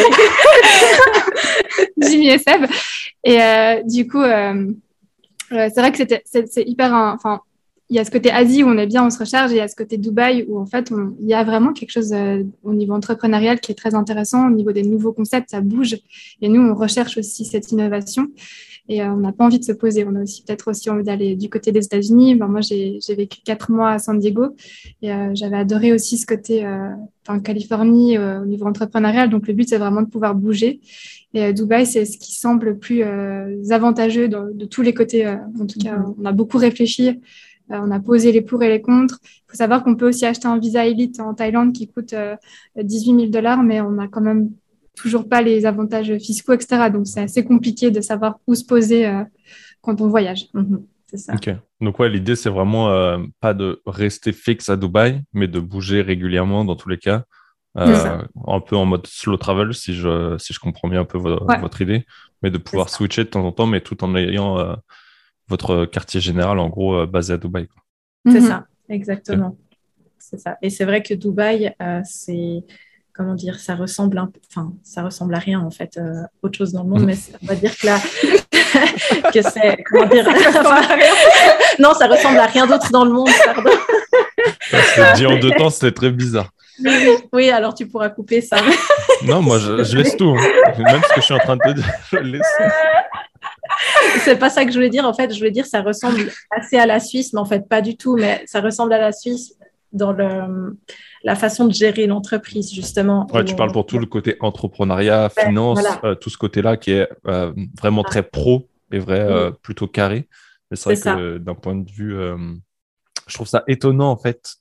Jimmy et Seb. Et du coup... c'est vrai que c'est hyper, enfin, il y a ce côté Asie où on est bien, on se recharge, et il y a ce côté Dubaï où en fait, il y a vraiment quelque chose au niveau entrepreneurial qui est très intéressant, au niveau des nouveaux concepts, ça bouge. Et nous, on recherche aussi cette innovation et on n'a pas envie de se poser. On a aussi peut-être aussi envie d'aller du côté des États-Unis. Ben, moi, j'ai vécu 4 mois à San Diego et j'avais adoré aussi ce côté Californie au niveau entrepreneurial. Donc, le but, c'est vraiment de pouvoir bouger. Et Dubaï, c'est ce qui semble le plus avantageux de tous les côtés. En tout cas, on a beaucoup réfléchi. On a posé les pour et les contre. Il faut savoir qu'on peut aussi acheter un visa élite en Thaïlande qui coûte 18 000 $, mais on n'a quand même toujours pas les avantages fiscaux, etc. Donc, c'est assez compliqué de savoir où se poser quand on voyage. C'est ça. Ok. Donc, ouais, l'idée, c'est vraiment pas de rester fixe à Dubaï, mais de bouger régulièrement dans tous les cas. Un peu en mode slow travel, si je comprends bien un peu votre idée, mais de pouvoir switcher de temps en temps, mais tout en ayant votre quartier général, en gros, basé à Dubaï, quoi. C'est ça, exactement. Okay. C'est ça. Et c'est vrai que Dubaï, c'est, comment dire, ça ressemble à rien, en fait, autre chose dans le monde, mais on va dire que là, que c'est, comment dire, non, ça ressemble à rien d'autre dans le monde, pardon. C'est dit en 2 temps, c'était très bizarre. Oui, alors tu pourras couper ça. Non, moi, je laisse tout. Hein. Même ce que je suis en train de te dire, je le laisse. C'est pas ça que je voulais dire. En fait, je voulais dire ça ressemble assez à la Suisse, mais en fait, pas du tout. Mais ça ressemble à la Suisse dans la façon de gérer l'entreprise, justement. Ouais, tu parles pour tout le côté entrepreneuriat, finance, voilà. Tout ce côté-là qui est vraiment très pro et plutôt carré. Mais c'est vrai que d'un point de vue, je trouve ça étonnant, en fait,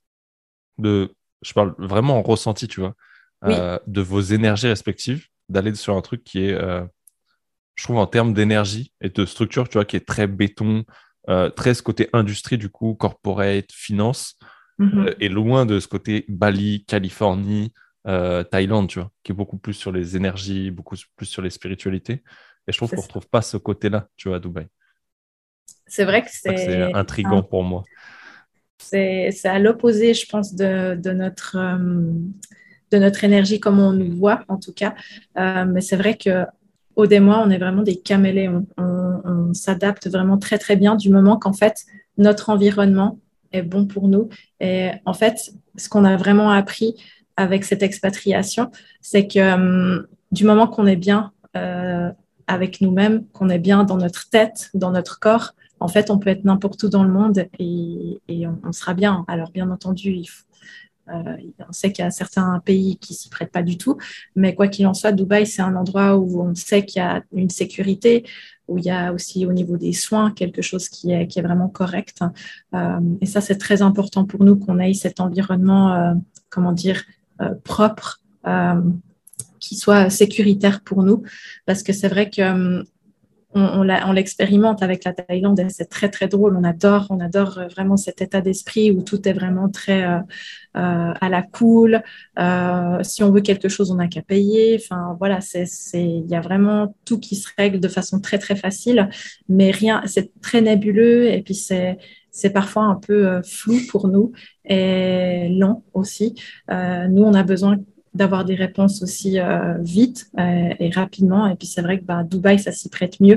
je parle vraiment en ressenti, tu vois, de vos énergies respectives, d'aller sur un truc qui est, je trouve, en termes d'énergie et de structure, tu vois, qui est très béton, très ce côté industrie, du coup, corporate, finance, et loin de ce côté Bali, Californie, Thaïlande, tu vois, qui est beaucoup plus sur les énergies, beaucoup plus sur les spiritualités. Et je trouve qu'on ne retrouve pas ce côté-là, tu vois, à Dubaï. C'est vrai que c'est intriguant pour moi. C'est à l'opposé, je pense, de notre énergie, comme on nous voit, en tout cas. Mais c'est vrai que Aude et moi, on est vraiment des caméléons. On s'adapte vraiment très, très bien du moment qu'en fait, notre environnement est bon pour nous. Et en fait, ce qu'on a vraiment appris avec cette expatriation, c'est que du moment qu'on est bien avec nous-mêmes, qu'on est bien dans notre tête, dans notre corps, en fait, on peut être n'importe où dans le monde et on sera bien. Alors, bien entendu, on sait qu'il y a certains pays qui ne s'y prêtent pas du tout, mais quoi qu'il en soit, Dubaï, c'est un endroit où on sait qu'il y a une sécurité, où il y a aussi au niveau des soins quelque chose qui est vraiment correct. Et ça, c'est très important pour nous qu'on ait cet environnement, propre, qui soit sécuritaire pour nous, parce que c'est vrai que on l'expérimente avec la Thaïlande et c'est très, très drôle. On adore vraiment cet état d'esprit où tout est vraiment très à la cool. Si on veut quelque chose, on n'a qu'à payer. Enfin, voilà, il y a vraiment tout qui se règle de façon très, très facile, mais rien, c'est très nébuleux et puis c'est parfois un peu flou pour nous et lent aussi. Nous, on a besoin d'avoir des réponses aussi vite et rapidement. Et puis, c'est vrai que Dubaï, ça s'y prête mieux.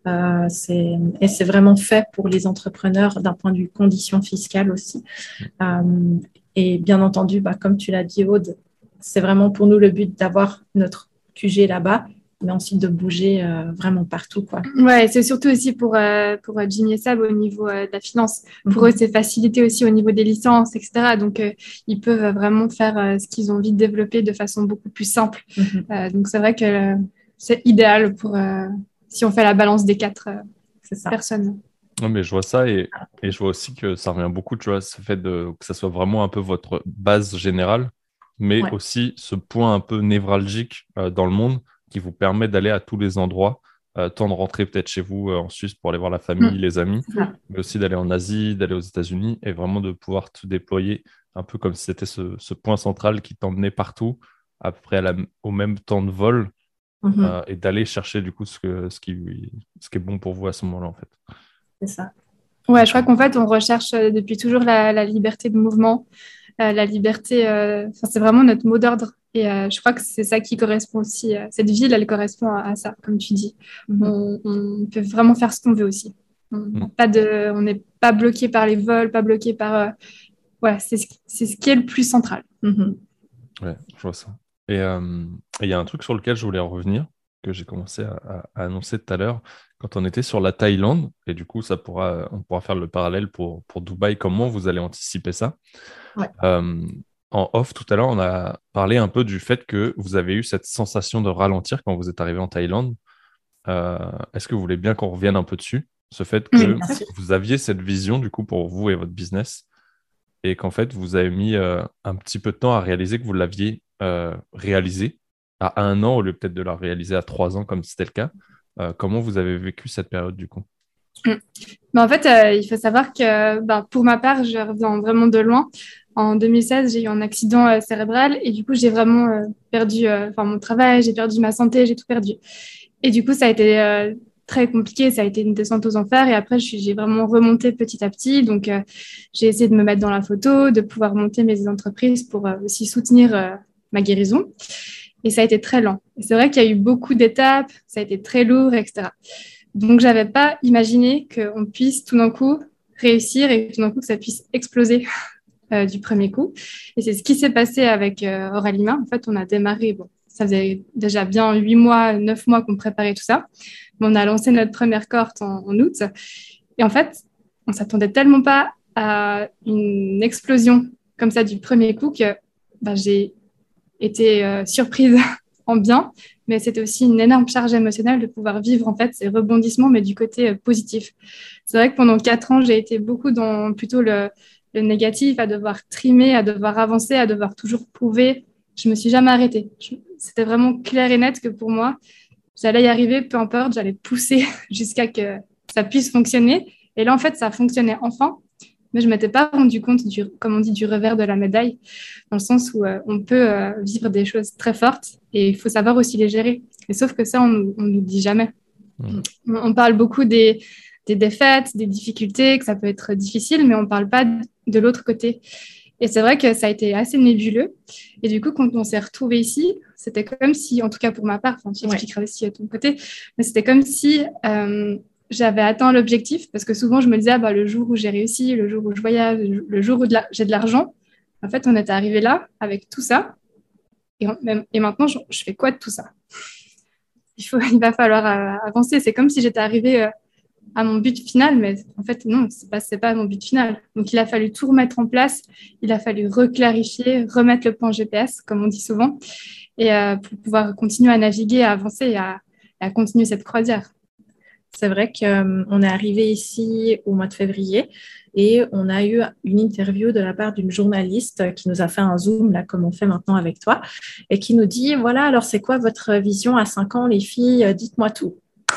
Et c'est vraiment fait pour les entrepreneurs d'un point de vue conditions fiscales aussi. Et bien entendu, comme tu l'as dit, Aude, c'est vraiment pour nous le but d'avoir notre QG là-bas, mais ensuite de bouger vraiment partout, quoi. Ouais, c'est surtout aussi pour Jimmy et Sab au niveau de la finance. Pour eux, c'est facilité aussi au niveau des licences, etc. Donc, ils peuvent vraiment faire ce qu'ils ont envie de développer de façon beaucoup plus simple. Donc, c'est vrai que c'est idéal pour si on fait la balance des 4 personnes. Non, mais je vois ça et je vois aussi que ça revient beaucoup, tu vois, ce fait que ça soit vraiment un peu votre base générale, mais aussi ce point un peu névralgique dans le monde qui vous permet d'aller à tous les endroits temps de rentrer peut-être chez vous en Suisse pour aller voir la famille, les amis, mais aussi d'aller en Asie, d'aller aux États-Unis et vraiment de pouvoir te déployer un peu comme si c'était ce point central qui t'emmenait partout, à peu près au même temps de vol, et d'aller chercher du coup ce qui est bon pour vous à ce moment-là, en fait. C'est ça. Ouais, je crois qu'en fait, on recherche depuis toujours la liberté de mouvement, la liberté, c'est vraiment notre mot d'ordre. Et je crois que c'est ça qui correspond aussi. Cette ville, elle correspond à ça, comme tu dis. On peut vraiment faire ce qu'on veut aussi. On n'est pas bloqué par les vols, pas bloqué par... ouais, c'est ce qui est le plus central. Ouais, je vois ça. Et il y a un truc sur lequel je voulais en revenir, que j'ai commencé à annoncer tout à l'heure, quand on était sur la Thaïlande, et du coup, on pourra faire le parallèle pour Dubaï, comment vous allez anticiper ça. Ouais. En off, tout à l'heure, on a parlé un peu du fait que vous avez eu cette sensation de ralentir quand vous êtes arrivé en Thaïlande. Est-ce que vous voulez bien qu'on revienne un peu dessus, ce fait que vous aviez cette vision, du coup, pour vous et votre business, et qu'en fait, vous avez mis un petit peu de temps à réaliser que vous l'aviez réalisé à 1 an, au lieu peut-être de la réaliser à 3 ans, comme c'était le cas. Comment vous avez vécu cette période, du coup? En fait, il faut savoir que pour ma part, je reviens vraiment de loin. En 2016, j'ai eu un accident cérébral et du coup, j'ai vraiment perdu mon travail, j'ai perdu ma santé, j'ai tout perdu. Et du coup, ça a été très compliqué, ça a été une descente aux enfers. Et après, j'ai vraiment remonté petit à petit. Donc, j'ai essayé de me mettre dans la photo, de pouvoir monter mes entreprises pour aussi soutenir ma guérison. Et ça a été très lent. Et c'est vrai qu'il y a eu beaucoup d'étapes, ça a été très lourd, etc. Donc, j'avais pas imaginé qu'on puisse tout d'un coup réussir et tout d'un coup que ça puisse exploser du premier coup. Et c'est ce qui s'est passé avec Auralima. En fait, on a démarré, ça faisait déjà bien 8 mois, 9 mois qu'on préparait tout ça. Mais on a lancé notre première cohorte en août. Et en fait, on s'attendait tellement pas à une explosion comme ça du premier coup que j'ai été surprise en bien, mais c'était aussi une énorme charge émotionnelle de pouvoir vivre en fait ces rebondissements, mais du côté positif. C'est vrai que pendant 4 ans, j'ai été beaucoup dans plutôt le négatif, à devoir trimer, à devoir avancer, à devoir toujours prouver. Je me suis jamais arrêtée. C'était vraiment clair et net que pour moi, j'allais y arriver, peu importe, j'allais pousser jusqu'à que ça puisse fonctionner. Et là, en fait, ça fonctionnait enfin. Mais je ne m'étais pas rendu compte, comme on dit, du revers de la médaille, dans le sens où on peut vivre des choses très fortes et il faut savoir aussi les gérer. Et sauf que ça, on ne nous dit jamais. On parle beaucoup des défaites, des difficultés, que ça peut être difficile, mais on ne parle pas de l'autre côté. Et c'est vrai que ça a été assez nébuleux. Et du coup, quand on s'est retrouvés ici, c'était comme si, en tout cas pour ma part, tu expliqueras aussi à ton côté, mais c'était comme si... j'avais atteint l'objectif parce que souvent je me disais le jour où j'ai réussi, le jour où je voyage, le jour où j'ai de l'argent, en fait on était arrivé là avec tout ça et maintenant je fais quoi de tout ça? Il va falloir avancer. C'est comme si j'étais arrivée à mon but final, mais en fait non, c'est pas mon but final. Donc il a fallu tout remettre en place, il a fallu reclarifier, remettre le point GPS comme on dit souvent et pour pouvoir continuer à naviguer, à avancer et à continuer cette croisière. C'est vrai qu'on est arrivé ici au mois de février et on a eu une interview de la part d'une journaliste qui nous a fait un Zoom, là, comme on fait maintenant avec toi, et qui nous dit, voilà, alors c'est quoi votre vision à 5 ans, les filles? Dites-moi tout.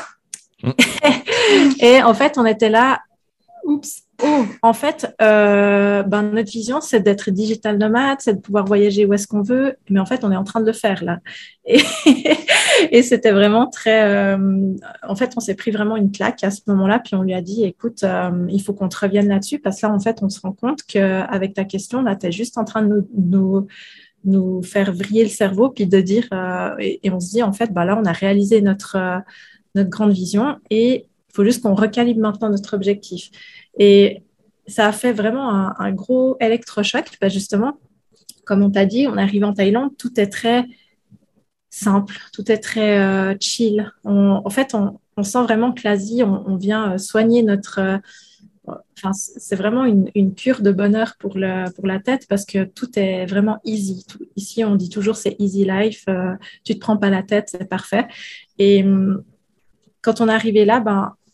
Et en fait, on était là, oups. En fait, notre vision, c'est d'être digital nomade, c'est de pouvoir voyager où est-ce qu'on veut, mais en fait, on est en train de le faire là. Et c'était vraiment très... en fait, on s'est pris vraiment une claque à ce moment-là, puis on lui a dit, écoute, il faut qu'on te revienne là-dessus, parce que là, en fait, on se rend compte qu'avec ta question, là, tu es juste en train de nous faire vriller le cerveau, puis de dire... et on se dit, en fait, là, on a réalisé notre grande vision, et il faut juste qu'on recalibre maintenant notre objectif. Et ça a fait vraiment un gros électrochoc. Justement, comme on t'a dit, on est arrivé en Thaïlande, tout est très simple, tout est très chill. En fait, on sent vraiment que l'Asie, on vient soigner notre... c'est vraiment une cure de bonheur pour la tête parce que tout est vraiment easy. Ici, on dit toujours c'est easy life, tu ne te prends pas la tête, c'est parfait. Et quand on est arrivé là,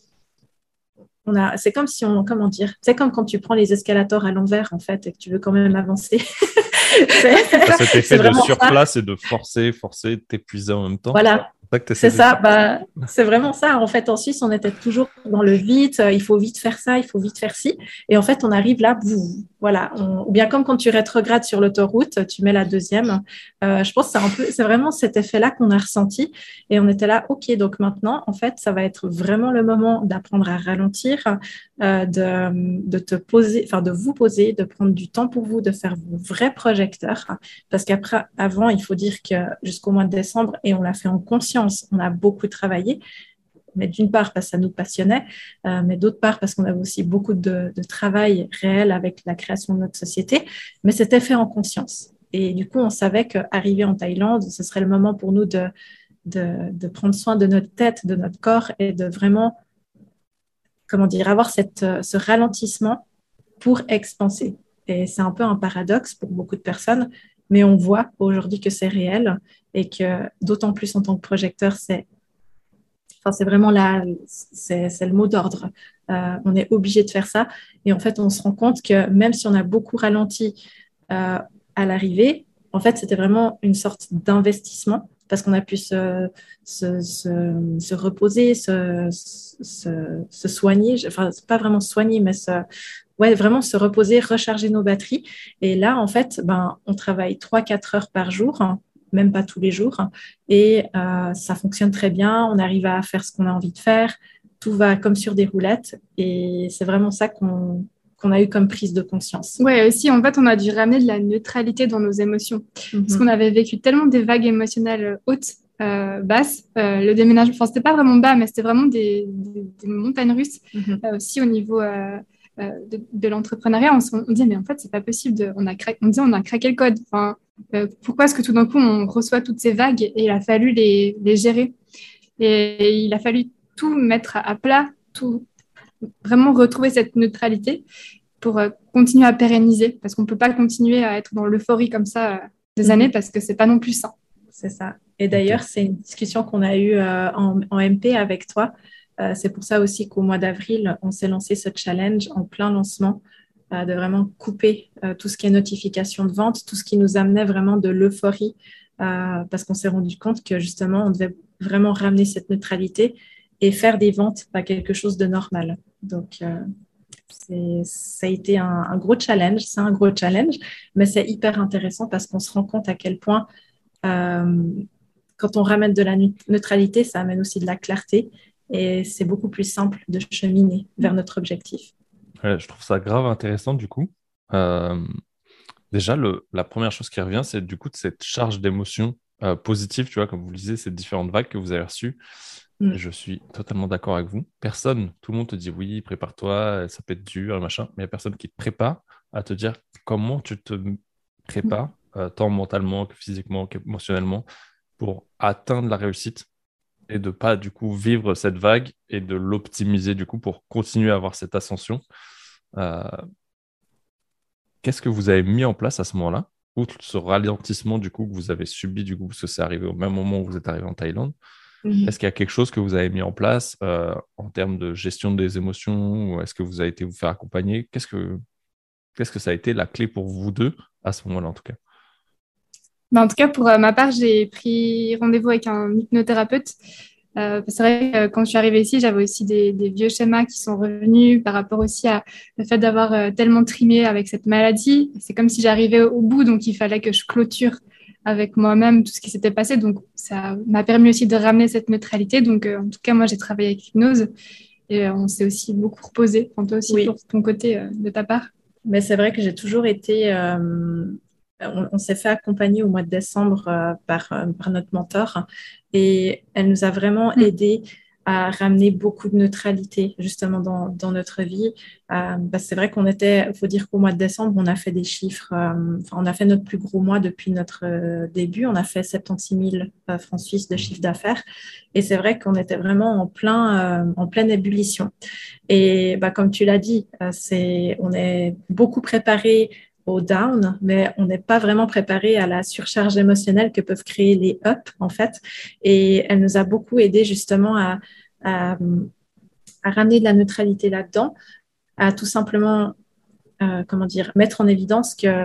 c'est comme si comment dire, c'est comme quand tu prends les escalators à l'envers en fait et que tu veux quand même avancer. Cet effet de surplace et de forcer, t'épuiser en même temps. Voilà, ça que tu C'est essaies de ça, dire. c'est vraiment ça. En fait, en Suisse, on était toujours dans le vite, il faut vite faire ça, il faut vite faire ci. Et en fait, on arrive là, voilà. Ou bien comme quand tu rétrogrades sur l'autoroute, tu mets la deuxième. Je pense que c'est vraiment cet effet-là qu'on a ressenti. Et on était là, OK, donc maintenant, en fait, ça va être vraiment le moment d'apprendre à ralentir, de te poser, enfin, de vous poser, de prendre du temps pour vous, de faire vos vrais projecteurs. Parce qu'après, avant, il faut dire que jusqu'au mois de décembre, et on l'a fait en conscience, on a beaucoup travaillé, mais d'une part parce que ça nous passionnait, mais d'autre part parce qu'on avait aussi beaucoup de travail réel avec la création de notre société, mais c'était fait en conscience. Et du coup, on savait qu'arriver en Thaïlande, ce serait le moment pour nous de prendre soin de notre tête, de notre corps et de vraiment, comment dire, avoir ce ralentissement pour expanser. Et c'est un peu un paradoxe pour beaucoup de personnes, mais on voit aujourd'hui que c'est réel et que d'autant plus en tant que projecteur, c'est vraiment c'est le mot d'ordre. On est obligé de faire ça. Et en fait, on se rend compte que même si on a beaucoup ralenti à l'arrivée, en fait, c'était vraiment une sorte d'investissement parce qu'on a pu se reposer, se soigner. Enfin, c'est pas vraiment soigner, mais ouais, vraiment se reposer, recharger nos batteries. Et là, en fait, on travaille 3-4 heures par jour, hein, même pas tous les jours. Et ça fonctionne très bien. On arrive à faire ce qu'on a envie de faire. Tout va comme sur des roulettes. Et c'est vraiment ça qu'on a eu comme prise de conscience. Ouais, aussi, en fait, on a dû ramener de la neutralité dans nos émotions. Parce qu'on avait vécu tellement des vagues émotionnelles hautes, basses. Le déménagement, enfin, c'était pas vraiment bas, mais c'était vraiment des montagnes russes. Aussi, au niveau de l'entrepreneuriat, on dit, mais en fait, c'est pas possible. On dit, on a craqué le code. Enfin, pourquoi est-ce que tout d'un coup, on reçoit toutes ces vagues et il a fallu les gérer. Et il a fallu tout mettre à plat, tout vraiment retrouver cette neutralité pour continuer à pérenniser, parce qu'on ne peut pas continuer à être dans l'euphorie comme ça des années, parce que c'est pas non plus sain. C'est ça. Et d'ailleurs, c'est une discussion qu'on a eue en MP avec toi. C'est pour ça aussi qu'au mois d'avril, on s'est lancé ce challenge en plein lancement, de vraiment couper tout ce qui est notification de vente, tout ce qui nous amenait vraiment de l'euphorie, parce qu'on s'est rendu compte que justement, on devait vraiment ramener cette neutralité et faire des ventes pas quelque chose de normal. Donc, ça a été un gros challenge, c'est un gros challenge, mais c'est hyper intéressant parce qu'on se rend compte à quel point quand on ramène de la neutralité, ça amène aussi de la clarté et c'est beaucoup plus simple de cheminer vers notre objectif. Ouais, je trouve ça grave intéressant du coup. Euh, Déjà, la première chose qui revient, c'est du coup de cette charge d'émotions positives, tu vois, comme vous le disiez, ces différentes vagues que vous avez reçues. Je suis totalement d'accord avec vous. Personne, tout le monde te dit oui, prépare-toi, ça peut être dur et machin, mais il n'y a personne qui te prépare à te dire comment tu te prépares, tant mentalement que physiquement qu'émotionnellement, pour atteindre la réussite et de pas du coup vivre cette vague et de l'optimiser du coup pour continuer à avoir cette ascension. Euh, Qu'est-ce que vous avez mis en place à ce moment-là, outre ce ralentissement du coup que vous avez subi du coup parce que c'est arrivé au même moment où vous êtes arrivé en Thaïlande? Est-ce qu'il y a quelque chose que vous avez mis en place en termes de gestion des émotions ou est-ce que vous avez été vous faire accompagner? Qu'est-ce que ça a été la clé pour vous deux à ce moment-là en tout cas? En tout cas, pour ma part, j'ai pris rendez-vous avec un hypnothérapeute. C'est vrai que quand je suis arrivée ici, j'avais aussi des vieux schémas qui sont revenus par rapport aussi à le fait d'avoir tellement trimé avec cette maladie. C'est comme si j'arrivais au bout, donc il fallait que je clôture avec moi-même tout ce qui s'était passé. Donc ça m'a permis aussi de ramener cette neutralité. Donc en tout cas, moi, j'ai travaillé avec l'hypnose et on s'est aussi beaucoup reposé. Enfin, toi aussi, Oui. pour ton côté, de ta part. Mais c'est vrai que j'ai toujours été... on s'est fait accompagner au mois de décembre par notre mentor et elle nous a vraiment aidé à ramener beaucoup de neutralité justement dans notre vie. Parce que c'est vrai il faut dire qu'au mois de décembre, on a fait des chiffres, on a fait notre plus gros mois depuis notre début. On a fait 76 000 francs suisses de chiffre d'affaires. Et c'est vrai qu'on était vraiment en pleine ébullition. Et comme tu l'as dit, on est beaucoup préparé au down, mais on n'est pas vraiment préparé à la surcharge émotionnelle que peuvent créer les up, en fait. Et elle nous a beaucoup aidé justement à ramener de la neutralité là-dedans, à tout simplement, comment dire, mettre en évidence que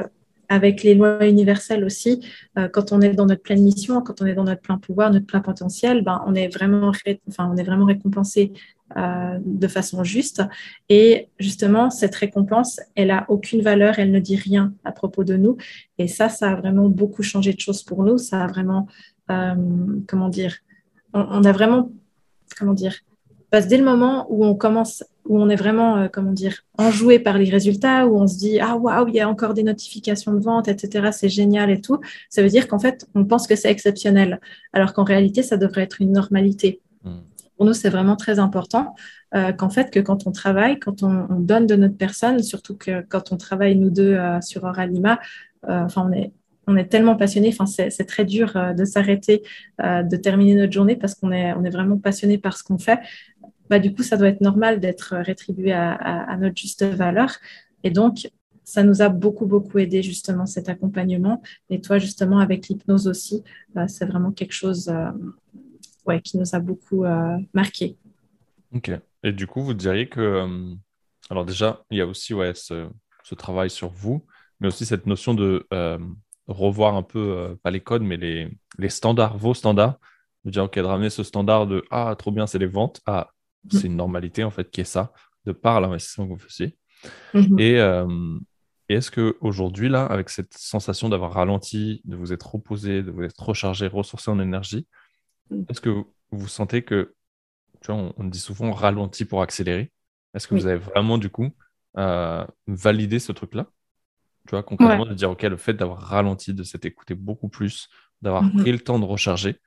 avec les lois universelles aussi, quand on est dans notre pleine mission, quand on est dans notre plein pouvoir, notre plein potentiel, ben, on est vraiment récompensé de façon juste. Et justement, cette récompense, elle n'a aucune valeur, elle ne dit rien à propos de nous. Et ça a vraiment beaucoup changé de choses pour nous. Ça a vraiment, comment dire, on a vraiment, comment dire, parce que dès le moment où on est vraiment, enjoué par les résultats, où on se dit, ah waouh, il y a encore des notifications de vente, etc., c'est génial et tout, ça veut dire qu'en fait, on pense que c'est exceptionnel, alors qu'en réalité, ça devrait être une normalité. Pour nous, c'est vraiment très important que quand on travaille, quand on donne de notre personne, surtout que quand on travaille, nous deux, sur Oralima, on est tellement passionnés, c'est très dur de s'arrêter, de terminer notre journée parce qu'on est vraiment passionné par ce qu'on fait. Bah, du coup, ça doit être normal d'être rétribué à notre juste valeur. Et donc, ça nous a beaucoup, beaucoup aidé, justement, cet accompagnement. Et toi, justement, avec l'hypnose aussi, c'est vraiment quelque chose qui nous a beaucoup marqué. Ok. Et du coup, vous diriez que... alors déjà, il y a aussi ce travail sur vous, mais aussi cette notion de revoir un peu, pas les codes, mais les standards, vos standards. De dire, ok, de ramener ce standard de ah, trop bien, c'est les ventes, à c'est une normalité en fait qui est ça, de par l'investissement que vous faisiez. Et, est-ce qu'aujourd'hui, là, avec cette sensation d'avoir ralenti, de vous être reposé, de vous être rechargé, ressourcé en énergie, est-ce que vous sentez que, tu vois, on dit souvent ralenti pour accélérer. Est-ce que vous Oui. avez vraiment, du coup, validé ce truc-là? Tu vois, Ouais. concrètement, de dire, OK, le fait d'avoir ralenti, de s'être écouté beaucoup plus, d'avoir pris le temps de recharger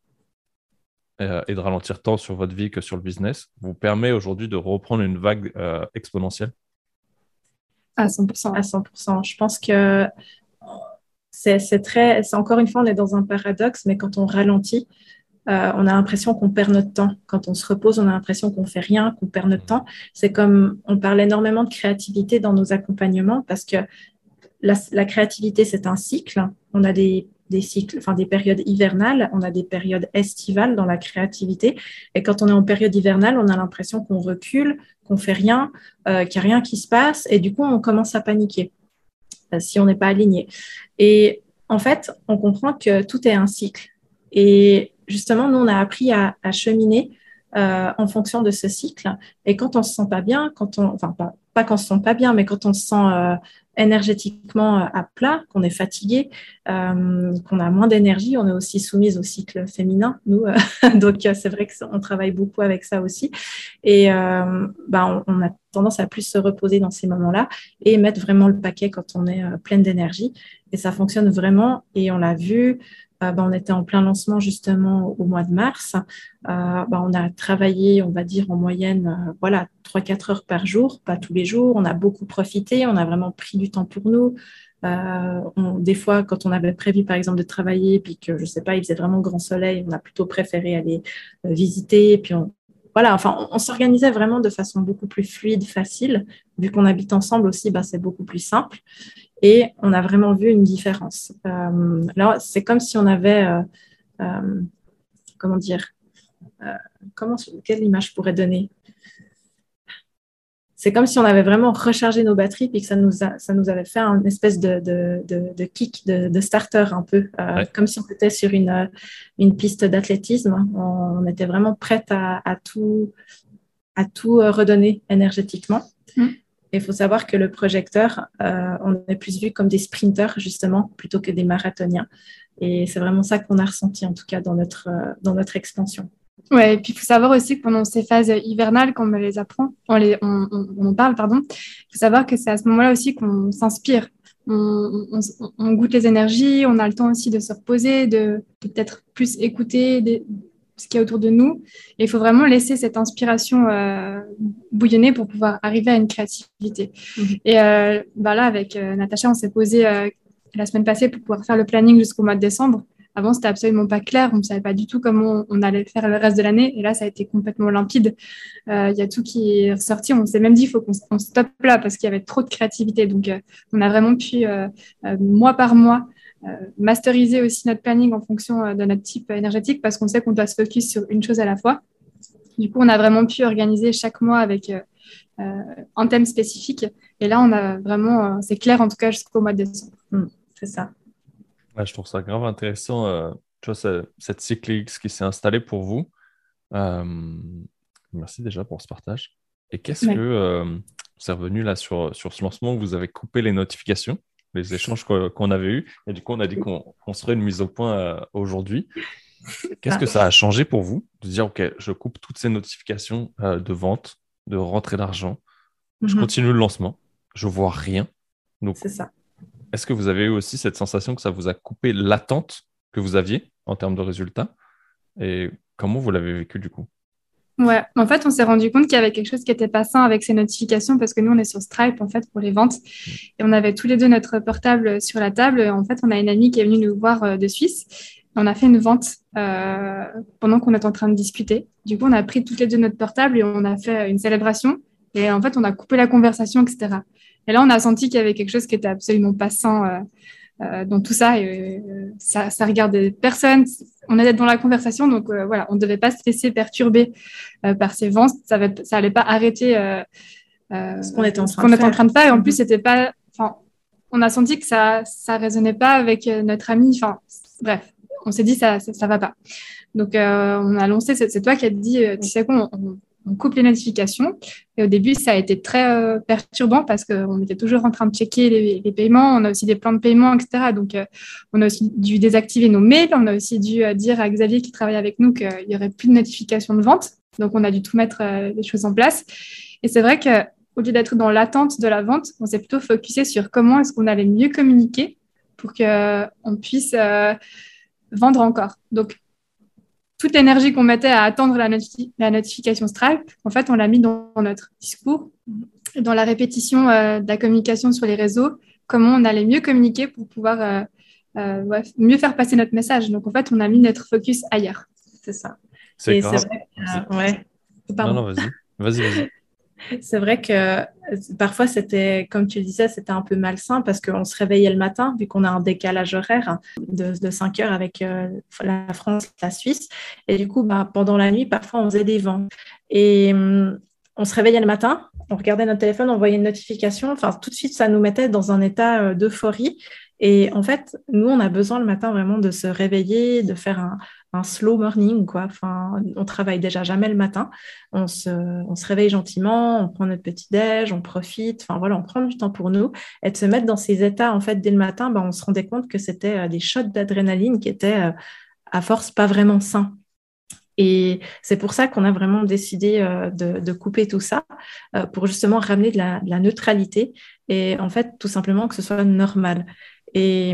et de ralentir tant sur votre vie que sur le business, vous permet aujourd'hui de reprendre une vague exponentielle? À 100%. À 100%. Je pense que c'est encore une fois, on est dans un paradoxe, mais quand on ralentit, on a l'impression qu'on perd notre temps. Quand on se repose, on a l'impression qu'on fait rien, qu'on perd notre temps. C'est comme, on parle énormément de créativité dans nos accompagnements parce que la créativité, c'est un cycle. On a des cycles, enfin des périodes hivernales, on a des périodes estivales dans la créativité. Et quand on est en période hivernale, on a l'impression qu'on recule, qu'on fait rien, qu'il n'y a rien qui se passe. Et du coup, on commence à paniquer si on n'est pas aligné. Et en fait, on comprend que tout est un cycle. Et justement, nous, on a appris à cheminer en fonction de ce cycle. Et quand on se sent pas bien, pas quand on se sent pas bien, mais quand on se sent énergétiquement à plat, qu'on est fatigué, qu'on a moins d'énergie, on est aussi soumise au cycle féminin, nous. Donc, c'est vrai qu'on travaille beaucoup avec ça aussi. Et on a tendance à plus se reposer dans ces moments-là et mettre vraiment le paquet quand on est pleine d'énergie. Et ça fonctionne vraiment. Et on l'a vu. On était en plein lancement justement au mois de mars. On a travaillé, on va dire en moyenne, 3-4 heures par jour, pas tous les jours. On a beaucoup profité, on a vraiment pris du temps pour nous. Des fois, quand on avait prévu par exemple de travailler, puis que je sais pas, il faisait vraiment grand soleil, on a plutôt préféré aller visiter. Puis on s'organisait vraiment de façon beaucoup plus fluide, facile. Vu qu'on habite ensemble aussi, c'est beaucoup plus simple. Et on a vraiment vu une différence. Là, c'est comme si on avait, quelle image je pourrais donner? C'est comme si on avait vraiment rechargé nos batteries et que ça nous avait fait une espèce de kick, de starter un peu, comme si on était sur une piste d'athlétisme. On était vraiment prête à tout redonner énergétiquement. Il faut savoir que le projecteur, on est plus vu comme des sprinters, justement, plutôt que des marathoniens. Et c'est vraiment ça qu'on a ressenti, en tout cas, dans notre expansion. Ouais, et puis il faut savoir aussi que pendant ces phases hivernales, quand on les apprend, on en parle, pardon, il faut savoir que c'est à ce moment-là aussi qu'on s'inspire. On goûte les énergies, on a le temps aussi de se reposer, de peut-être plus écouter ce qu'il y a autour de nous. Et il faut vraiment laisser cette inspiration bouillonner pour pouvoir arriver à une créativité. Et là, avec Natacha, on s'est posé la semaine passée pour pouvoir faire le planning jusqu'au mois de décembre. Avant, c'était absolument pas clair. On ne savait pas du tout comment on allait faire le reste de l'année. Et là, ça a été complètement limpide. Il y a tout qui est ressorti. On s'est même dit, il faut qu'on stoppe là parce qu'il y avait trop de créativité. Donc, on a vraiment pu, mois par mois, masteriser aussi notre planning en fonction de notre type énergétique parce qu'on sait qu'on doit se focus sur une chose à la fois. Du coup, on a vraiment pu organiser chaque mois avec un thème spécifique. Et là, on a vraiment, c'est clair en tout cas jusqu'au mois de décembre. C'est ça. Ouais, je trouve ça grave intéressant, tu vois, cette cycle X qui s'est installée pour vous. Euh, Merci déjà pour ce partage. Et qu'est-ce que c'est revenu là sur ce lancement où vous avez coupé les notifications, les échanges qu'on avait eus, et du coup on a dit qu'on serait une mise au point aujourd'hui. Qu'est-ce que ça a changé pour vous de dire ok, je coupe toutes ces notifications de vente, de rentrée d'argent, je continue le lancement, je vois rien. Donc c'est ça. est-ce que vous avez eu aussi cette sensation que ça vous a coupé l'attente que vous aviez en termes de résultats? Et comment vous l'avez vécu du coup? Ouais, en fait, on s'est rendu compte qu'il y avait quelque chose qui n'était pas sain avec ces notifications parce que nous, on est sur Stripe, en fait, pour les ventes. Et on avait tous les deux notre portable sur la table. En fait, on a une amie qui est venue nous voir de Suisse. On a fait une vente pendant qu'on était en train de discuter. Du coup, on a pris toutes les deux notre portable et on a fait une célébration. Et en fait, on a coupé la conversation, etc. Et là, on a senti qu'il y avait quelque chose qui était absolument pas sain dans tout ça. Et, ça regardait personne. On était dans la conversation, donc voilà, on ne devait pas se laisser perturber par ces vents. Ça n'allait pas arrêter ce qu'on était en train de faire. Et en plus, c'était pas. Enfin, on a senti que ça résonnait pas avec notre ami. Enfin, bref, on s'est dit ça va pas. Donc, on a lancé. C'est toi qui as dit, tu sais quoi, on coupe les notifications. Et au début, ça a été très perturbant parce qu'on était toujours en train de checker les paiements. On a aussi des plans de paiement, etc. Donc, on a aussi dû désactiver nos mails. On a aussi dû dire à Xavier qui travaille avec nous qu'il n'y aurait plus de notifications de vente. Donc, on a dû tout mettre les choses en place. Et c'est vrai qu'au lieu d'être dans l'attente de la vente, on s'est plutôt focusé sur comment est-ce qu'on allait mieux communiquer pour qu'on puisse vendre encore. Donc, toute l'énergie qu'on mettait à attendre la notification Stripe, en fait, on l'a mis dans notre discours, dans la répétition de la communication sur les réseaux, comment on allait mieux communiquer pour pouvoir mieux faire passer notre message. Donc, en fait, on a mis notre focus ailleurs. C'est ça. C'est grave. C'est vrai que, ouais. Pardon. Non, vas-y. C'est vrai que parfois, c'était, comme tu le disais, c'était un peu malsain parce qu'on se réveillait le matin, vu qu'on a un décalage horaire de 5 heures avec la France et la Suisse. Et du coup, pendant la nuit, parfois, on faisait des vents. Et on se réveillait le matin, on regardait notre téléphone, on voyait une notification. Enfin, tout de suite, ça nous mettait dans un état d'euphorie. Et en fait, nous, on a besoin le matin vraiment de se réveiller, de faire un slow morning, quoi. Enfin, on travaille déjà jamais le matin. On se réveille gentiment, on prend notre petit-déj, on profite. Enfin, voilà, on prend du temps pour nous. Et de se mettre dans ces états, en fait, dès le matin, on se rendait compte que c'était des shots d'adrénaline qui étaient, à force, pas vraiment sains. Et c'est pour ça qu'on a vraiment décidé de couper tout ça pour justement ramener de la neutralité et en fait, tout simplement que ce soit normal. Et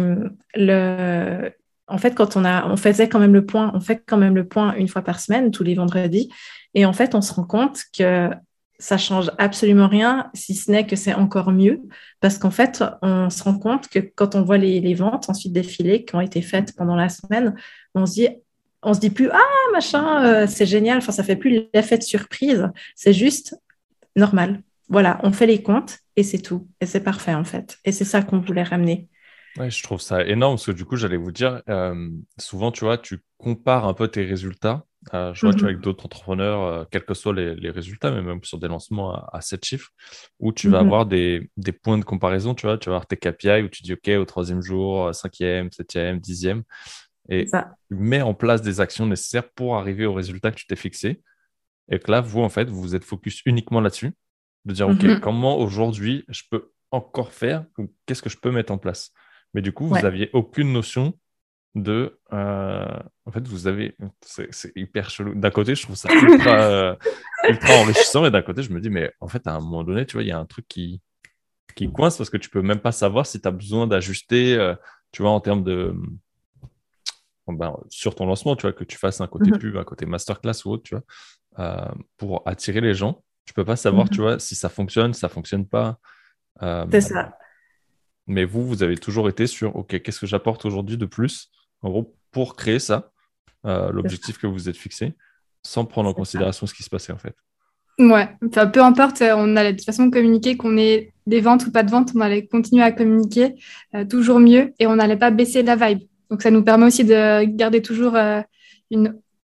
en fait, quand on faisait quand même le point, on fait quand même le point une fois par semaine, tous les vendredis. Et en fait, on se rend compte que ça change absolument rien, si ce n'est que c'est encore mieux. Parce qu'en fait, on se rend compte que quand on voit les ventes ensuite défiler qui ont été faites pendant la semaine, on se dit plus, ah, machin, c'est génial. Enfin, ça fait plus l'effet de surprise. C'est juste normal. Voilà, on fait les comptes et c'est tout. Et c'est parfait, en fait. Et c'est ça qu'on voulait ramener. Ouais, je trouve ça énorme parce que du coup, j'allais vous dire, souvent, tu vois, tu compares un peu tes résultats. Je vois, tu vois, avec d'autres entrepreneurs, quels que soient les résultats, mais même sur des lancements à 7 chiffres, où tu vas avoir des points de comparaison, tu vas avoir tes KPI où tu dis, OK, au 3e jour, 5e, 7e, 10e, et tu mets en place des actions nécessaires pour arriver au résultat que tu t'es fixé. Et que là, vous, en fait, vous êtes focus uniquement là-dessus, de dire, OK, comment aujourd'hui je peux encore faire ou qu'est-ce que je peux mettre en place? Mais du coup, vous n'aviez aucune notion de... en fait, vous avez... C'est hyper chelou. D'un côté, je trouve ça ultra enrichissant et d'un côté, je me dis, mais en fait, à un moment donné, tu vois, il y a un truc qui coince parce que tu peux même pas savoir si tu as besoin d'ajuster, tu vois, en termes de... sur ton lancement, tu vois, que tu fasses un côté pub, un côté masterclass ou autre, tu vois, pour attirer les gens. Tu peux pas savoir, tu vois, si ça fonctionne pas. C'est ça. Mais vous avez toujours été sur, OK, qu'est-ce que j'apporte aujourd'hui de plus, en gros, pour créer ça, l'objectif que vous êtes fixé, sans prendre en considération ce qui se passait, en fait. Ouais, enfin, peu importe, on allait de toute façon communiquer, qu'on ait des ventes ou pas de ventes, on allait continuer à communiquer toujours mieux et on n'allait pas baisser la vibe. Donc, ça nous permet aussi de garder toujours une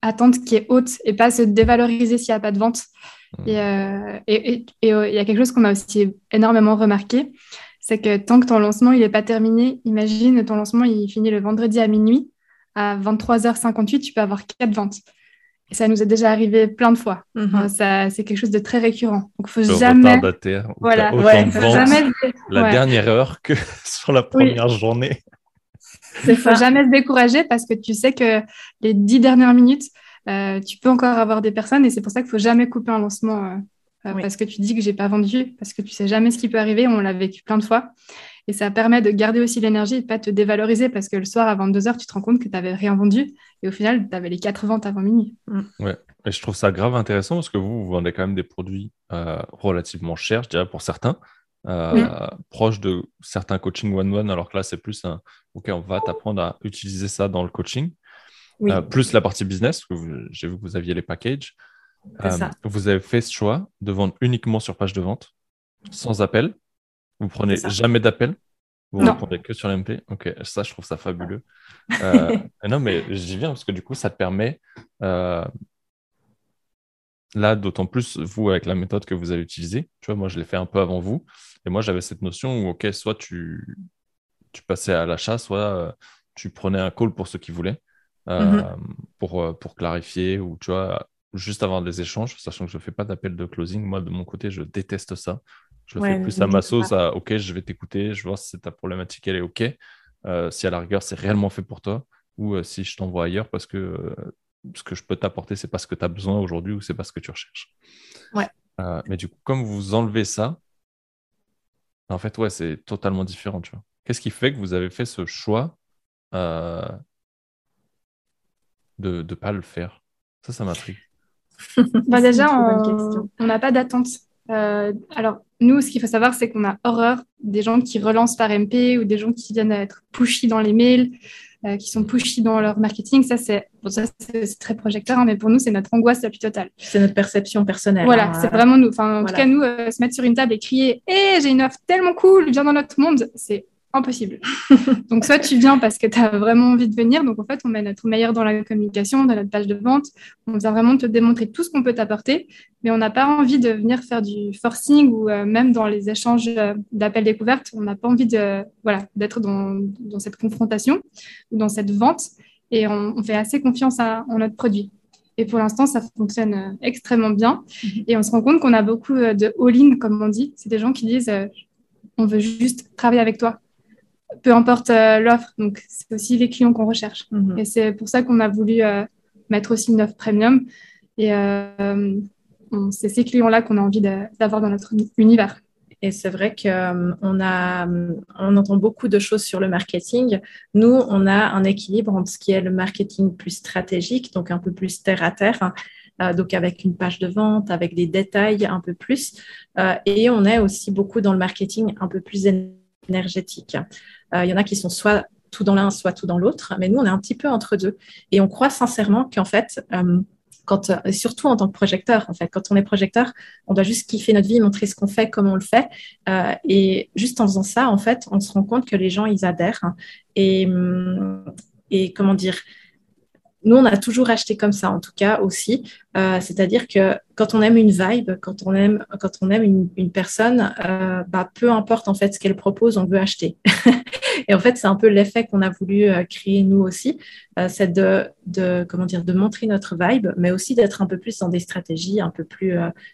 attente qui est haute et pas se dévaloriser s'il n'y a pas de vente. Et il y a quelque chose qu'on a aussi énormément remarqué, c'est que tant que ton lancement il n'est pas terminé, imagine ton lancement il finit le vendredi à minuit, à 23h58, tu peux avoir 4 ventes. Et ça nous est déjà arrivé plein de fois. C'est quelque chose de très récurrent. Donc, il ne faut jamais... retardataire, voilà, autant de ventes jamais... la dernière heure que sur la première journée. Il ne faut jamais se décourager parce que tu sais que les 10 dernières minutes, tu peux encore avoir des personnes et c'est pour ça qu'il ne faut jamais couper un lancement parce que tu dis que je n'ai pas vendu, parce que tu ne sais jamais ce qui peut arriver. On l'a vécu plein de fois. Et ça permet de garder aussi l'énergie et de ne pas te dévaloriser parce que le soir, à 22h, tu te rends compte que tu n'avais rien vendu. Et au final, tu avais les 4 ventes avant minuit. Ouais, et je trouve ça grave intéressant parce que vous vendez quand même des produits relativement chers, je dirais, pour certains, proches de certains coaching one-one, alors que là, c'est plus un « OK, on va t'apprendre à utiliser ça dans le coaching ». Plus la partie business, parce que j'ai vu que vous aviez les packages. Vous avez fait ce choix de vendre uniquement sur page de vente, sans appel. Vous prenez jamais d'appel. Vous répondez que sur l'MP. Ok, ça, je trouve ça fabuleux. Non, mais j'y viens parce que du coup, ça te permet, là, d'autant plus, vous, avec la méthode que vous avez utilisée, tu vois, moi, je l'ai fait un peu avant vous. Et moi, j'avais cette notion où, ok, soit tu passais à l'achat, soit tu prenais un call pour ceux qui voulaient. Pour clarifier ou tu vois, juste avoir des échanges, sachant que je ne fais pas d'appel de closing. Moi, de mon côté, je déteste ça. Je le fais plus à ma sauce, à OK, je vais t'écouter, je vois si ta problématique, elle est OK. Si à la rigueur, c'est réellement fait pour toi ou si je t'envoie ailleurs parce que ce que je peux t'apporter, c'est pas ce que tu as besoin aujourd'hui ou c'est pas ce que tu recherches. Mais du coup, comme vous enlevez ça, en fait, c'est totalement différent, tu vois. Qu'est-ce qui fait que vous avez fait ce choix de ne pas le faire? Ça m'intrigue. Déjà, on n'a pas d'attente. Alors, nous, ce qu'il faut savoir, c'est qu'on a horreur des gens qui relancent par MP ou des gens qui viennent à être pushy dans les mails, qui sont pushy dans leur marketing. Ça, c'est très projecteur, mais pour nous, c'est notre angoisse la plus totale. C'est notre perception personnelle. Voilà, c'est vraiment nous. Enfin, en tout cas, nous, se mettre sur une table et crier « Hé, j'ai une offre tellement cool, viens dans notre monde », c'est impossible. Donc, soit tu viens parce que tu as vraiment envie de venir. Donc, en fait, on met notre meilleur dans la communication, dans notre page de vente. On vient vraiment te démontrer tout ce qu'on peut t'apporter. Mais on n'a pas envie de venir faire du forcing ou même dans les échanges d'appels découvertes. On n'a pas envie d'être dans cette confrontation ou dans cette vente. Et on fait assez confiance en notre produit. Et pour l'instant, ça fonctionne extrêmement bien. Et on se rend compte qu'on a beaucoup de all-in, comme on dit. C'est des gens qui disent on veut juste travailler avec toi. Peu importe l'offre, donc c'est aussi les clients qu'on recherche. Et c'est pour ça qu'on a voulu mettre aussi une offre premium. Et c'est ces clients-là qu'on a envie d'avoir dans notre univers. Et c'est vrai qu'on entend beaucoup de choses sur le marketing. Nous, on a un équilibre entre ce qui est le marketing plus stratégique, donc un peu plus terre à terre, donc avec une page de vente, avec des détails un peu plus. Et on est aussi beaucoup dans le marketing un peu plus énergétique. Il y en a qui sont soit tout dans l'un, soit tout dans l'autre, mais nous, on est un petit peu entre deux. Et on croit sincèrement qu'en fait, surtout en tant que projecteur, en fait, quand on est projecteur, on doit juste kiffer notre vie, montrer ce qu'on fait, comment on le fait. Et juste en faisant ça, en fait, on se rend compte que les gens, ils adhèrent. Et comment dire, nous, on a toujours acheté comme ça, en tout cas aussi. C'est-à-dire que quand on aime une vibe, quand on aime une personne, peu importe en fait ce qu'elle propose, on veut acheter. Et en fait, c'est un peu l'effet qu'on a voulu créer nous aussi, c'est de montrer notre vibe, mais aussi d'être un peu plus dans des stratégies un peu plus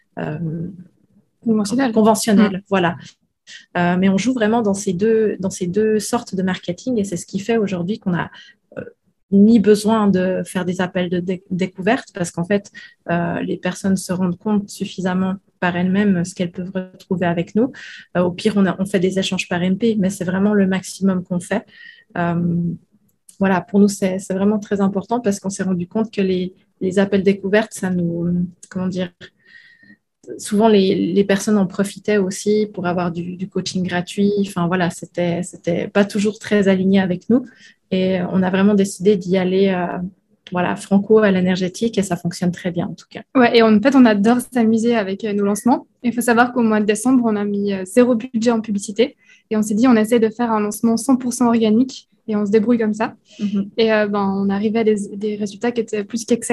conventionnelles. Voilà. Mais on joue vraiment dans ces deux sortes de marketing et c'est ce qui fait aujourd'hui qu'on a ni besoin de faire des appels de découverte parce qu'en fait, les personnes se rendent compte suffisamment par elles-mêmes ce qu'elles peuvent retrouver avec nous. Au pire, on fait des échanges par MP, mais c'est vraiment le maximum qu'on fait. Voilà, pour nous, c'est vraiment très important parce qu'on s'est rendu compte que les appels découvertes, ça nous, comment dire, souvent les personnes en profitaient aussi pour avoir du coaching gratuit. Enfin voilà, c'était pas toujours très aligné avec nous. Et on a vraiment décidé d'y aller franco à l'énergétique et ça fonctionne très bien en tout cas. Ouais, et en fait, on adore s'amuser avec nos lancements. Il faut savoir qu'au mois de décembre, on a mis 0 budget en publicité et on s'est dit on essaie de faire un lancement 100% organique et on se débrouille comme ça. Et on arrivait à des résultats qui étaient plus qu'excellents.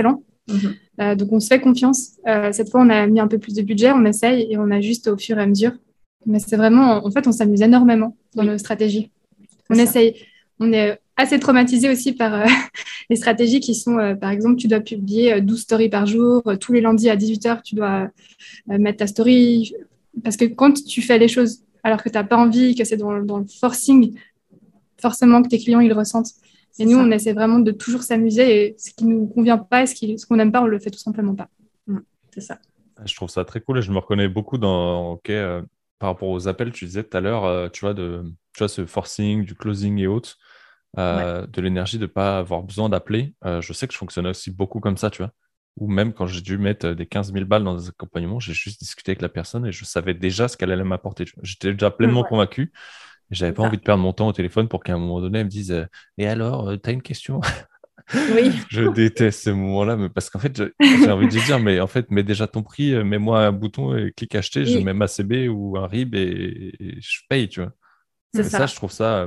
Donc, on se fait confiance. Cette fois, on a mis un peu plus de budget, on essaye et on ajuste au fur et à mesure. Mais c'est vraiment, en fait, on s'amuse énormément dans nos stratégies. On essaye, on est assez traumatisé aussi par les stratégies qui sont, par exemple, tu dois publier 12 stories par jour, tous les lundis à 18h, tu dois mettre ta story. Parce que quand tu fais les choses alors que tu n'as pas envie, que c'est dans le forcing, forcément que tes clients, ils le ressentent. Et nous, on essaie vraiment de toujours s'amuser et ce qui ne nous convient pas et ce qu'on n'aime pas, on le fait tout simplement pas. C'est ça. Je trouve ça très cool et je me reconnais beaucoup dans par rapport aux appels, tu disais tout à l'heure, tu vois, ce forcing, du closing et autres, de l'énergie de ne pas avoir besoin d'appeler. Je sais que je fonctionnais aussi beaucoup comme ça, tu vois. Ou même quand j'ai dû mettre des 15 000 balles dans des accompagnements, j'ai juste discuté avec la personne et je savais déjà ce qu'elle allait m'apporter. Tu vois. J'étais déjà pleinement convaincu et j'avais pas envie de perdre mon temps au téléphone pour qu'à un moment donné, elle me dise et alors, tu as une question? Oui. Je déteste ces moments-là, mais parce qu'en fait, j'ai envie de lui dire, mais en fait, mets déjà ton prix, mets-moi un bouton et clique acheter, je mets ma CB ou un RIB et je paye, tu vois. C'est ça, je trouve ça.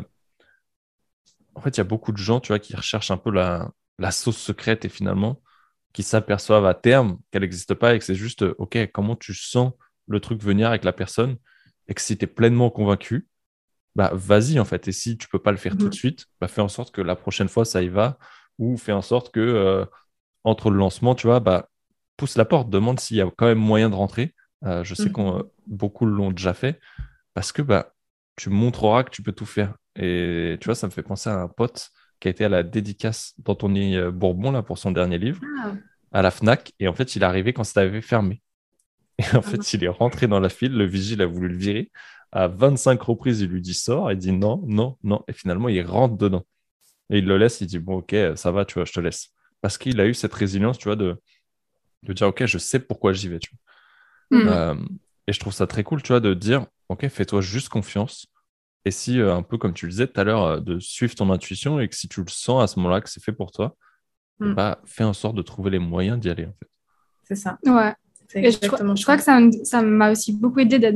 En fait, il y a beaucoup de gens, tu vois, qui recherchent un peu la sauce secrète et finalement, qui s'aperçoivent à terme qu'elle n'existe pas et que c'est juste, OK, comment tu sens le truc venir avec la personne et que si tu es pleinement convaincu, bah vas-y en fait. Et si tu peux pas le faire tout de suite, bah fais en sorte que la prochaine fois, ça y va ou fais en sorte que entre le lancement, tu vois, bah, pousse la porte, demande s'il y a quand même moyen de rentrer. Je sais que beaucoup l'ont déjà fait parce que bah, tu montreras que tu peux tout faire. Et tu vois, ça me fait penser à un pote qui a été à la dédicace d'Anthony Bourbon là, pour son dernier livre à la Fnac. Et en fait, il est arrivé quand ça avait fermé. Et en fait, il est rentré dans la file. Le vigile a voulu le virer. À 25 reprises, il lui dit sors. Il dit non, non, non. Et finalement, il rentre dedans. Et il le laisse. Il dit bon, ok, ça va, tu vois, je te laisse. Parce qu'il a eu cette résilience, tu vois, de dire ok, je sais pourquoi j'y vais. Tu vois. Et je trouve ça très cool, tu vois, de dire ok, fais-toi juste confiance. Et si, un peu comme tu le disais tout à l'heure, de suivre ton intuition et que si tu le sens à ce moment-là que c'est fait pour toi, bah, fais en sorte de trouver les moyens d'y aller, en fait. C'est ça. Ouais. Et je crois que ça m'a aussi beaucoup aidé d'être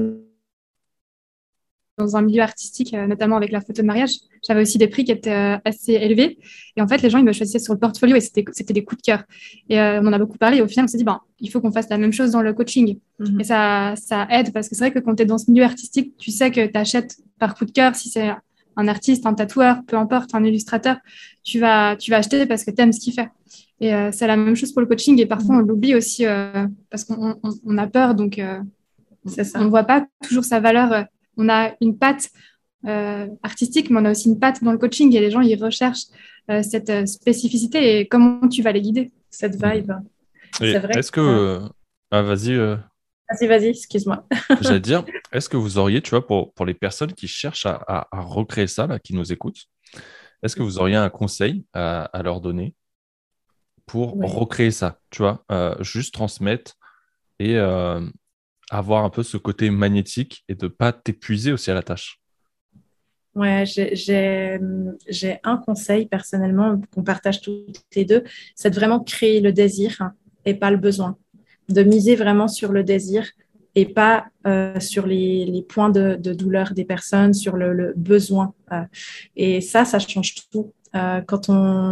dans un milieu artistique, notamment avec la photo de mariage. J'avais aussi des prix qui étaient assez élevés. Et en fait, les gens, ils me choisissaient sur le portfolio et c'était des coups de cœur. Et on en a beaucoup parlé. Et au final, on s'est dit, il faut qu'on fasse la même chose dans le coaching. Et ça aide parce que c'est vrai que quand tu es dans ce milieu artistique, tu sais que tu achètes par coup de cœur. Si c'est un artiste, un tatoueur, peu importe, un illustrateur, tu vas acheter parce que tu aimes ce qu'il fait. Et c'est la même chose pour le coaching. Et parfois, on l'oublie aussi parce qu'on a peur. Donc, on ne voit pas toujours sa valeur. On a une patte artistique, mais on a aussi une patte dans le coaching et les gens, ils recherchent cette spécificité et comment tu vas les guider. Cette vibe. C'est vrai vas-y. Vas-y, excuse-moi. J'allais dire, est-ce que vous auriez, tu vois, pour les personnes qui cherchent à recréer ça, là, qui nous écoutent, est-ce que vous auriez un conseil à leur donner pour recréer ça, tu vois, juste transmettre et avoir un peu ce côté magnétique et de ne pas t'épuiser aussi à la tâche? Ouais, j'ai un conseil personnellement qu'on partage toutes les deux, c'est de vraiment créer le désir et pas le besoin. De miser vraiment sur le désir et pas sur les points de douleur des personnes, sur le besoin. Et ça change tout. Quand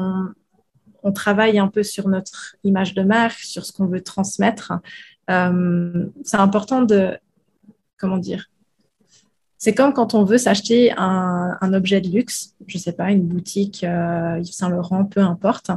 on travaille un peu sur notre image de marque, sur ce qu'on veut transmettre, c'est important de, comment dire, c'est comme quand on veut s'acheter un objet de luxe, je ne sais pas, une boutique, Yves Saint Laurent, peu importe.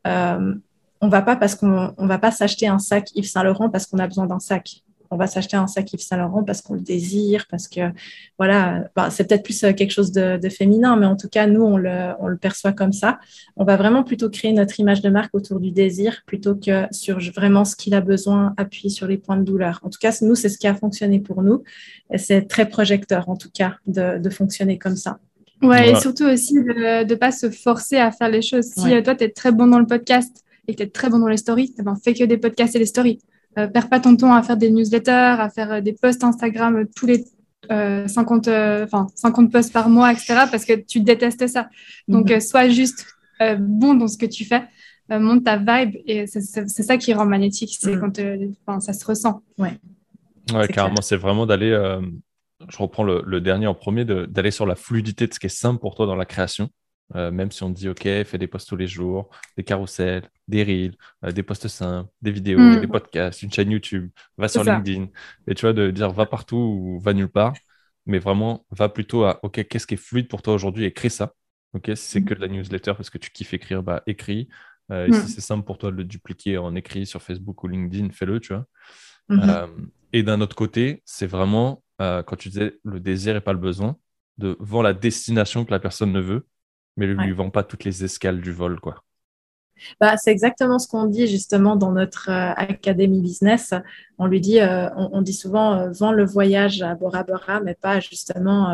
On va pas va pas s'acheter un sac Yves Saint Laurent parce qu'on a besoin d'un sac. On va s'acheter un sac Yves Saint Laurent parce qu'on le désire, parce que voilà, c'est peut-être plus quelque chose de féminin, mais en tout cas, nous, on le perçoit comme ça. On va vraiment plutôt créer notre image de marque autour du désir plutôt que sur vraiment ce qu'il a besoin, appuyer sur les points de douleur. En tout cas, nous, c'est ce qui a fonctionné pour nous. Et c'est très projecteur, en tout cas, de fonctionner comme ça. Ouais, et surtout aussi de ne pas se forcer à faire les choses. Si toi, tu es très bon dans le podcast et que tu es très bon dans les stories, fais que des podcasts et des stories. Perds pas ton temps à faire des newsletters, à faire des posts Instagram tous les 50 posts par mois, etc. parce que tu détestes ça. Donc, sois juste bon dans ce que tu fais, monte ta vibe et c'est ça qui rend magnétique. C'est quand ça se ressent. Ouais, carrément, c'est vraiment d'aller, je reprends le dernier en premier, d'aller sur la fluidité de ce qui est simple pour toi dans la création même si on te dit, OK, fais des posts tous les jours, des carousels, des reels, des posts simples, des vidéos, des podcasts, une chaîne YouTube, va C'est sur ça. LinkedIn. Et tu vois, de dire va partout ou va nulle part, mais vraiment, va plutôt à, OK, qu'est-ce qui est fluide pour toi aujourd'hui? Écris ça. OK, si c'est que de la newsletter parce que tu kiffes écrire, bah écris. Et si c'est simple pour toi de le dupliquer en écrit sur Facebook ou LinkedIn, fais-le, tu vois. Euh, et d'un autre côté, c'est vraiment, quand tu disais le désir et pas le besoin, de vendre la destination que la personne ne veut, mais ne lui Ouais. vend pas toutes les escales du vol, quoi. Bah, c'est exactement ce qu'on dit justement dans notre académie business. On lui dit, on dit souvent, vends le voyage à Bora Bora, mais pas justement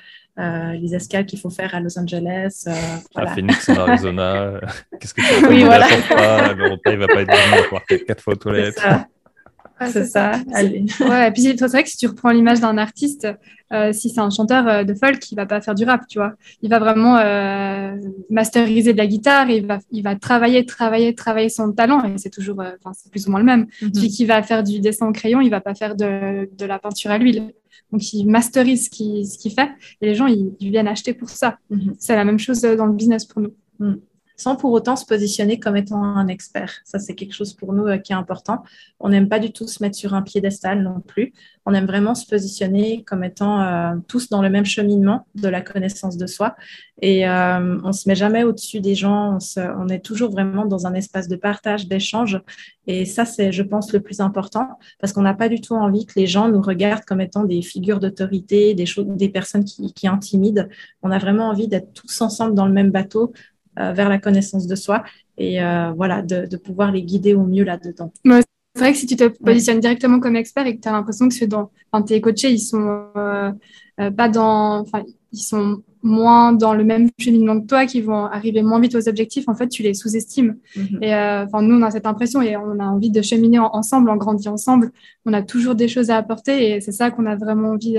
les escales qu'il faut faire à Los Angeles. À Voilà. Phoenix, en Arizona, qu'est-ce que tu vas pas Oui, demander à voilà. ton repas? Le repas, il va pas être bon, il va falloir être 4 fois aux C'est toilettes. ça. Ouais, C'est c'est ça. ça. Allez. Ouais, et puis c'est vrai que si tu reprends l'image d'un artiste, si c'est un chanteur de folk, il va pas faire du rap, tu vois. Il va vraiment masteriser de la guitare, et il va travailler son talent, et c'est toujours, enfin, c'est plus ou moins le même. Celui qui va faire du dessin au crayon, il va pas faire de la peinture à l'huile. Donc, il masterise ce qu'il fait, et les gens, ils viennent acheter pour ça. C'est la même chose dans le business pour nous. Sans pour autant se positionner comme étant un expert. Ça, c'est quelque chose pour nous qui est important. On n'aime pas du tout se mettre sur un piédestal non plus. On aime vraiment se positionner comme étant tous dans le même cheminement de la connaissance de soi. Et on ne se met jamais au-dessus des gens. On est toujours vraiment dans un espace de partage, d'échange. Et ça, c'est, je pense, le plus important parce qu'on n'a pas du tout envie que les gens nous regardent comme étant des figures d'autorité, des personnes qui intimident. On a vraiment envie d'être tous ensemble dans le même bateau vers la connaissance de soi et voilà, de pouvoir les guider au mieux là-dedans. Mais c'est vrai que si tu te positionnes directement comme expert et que tu as l'impression que tes coachés, ils sont pas ils sont moins dans le même cheminement que toi, qui vont arriver moins vite aux objectifs, en fait, tu les sous-estimes. Et nous, on a cette impression et on a envie de cheminer ensemble, on grandit ensemble. On a toujours des choses à apporter et c'est ça qu'on a vraiment envie.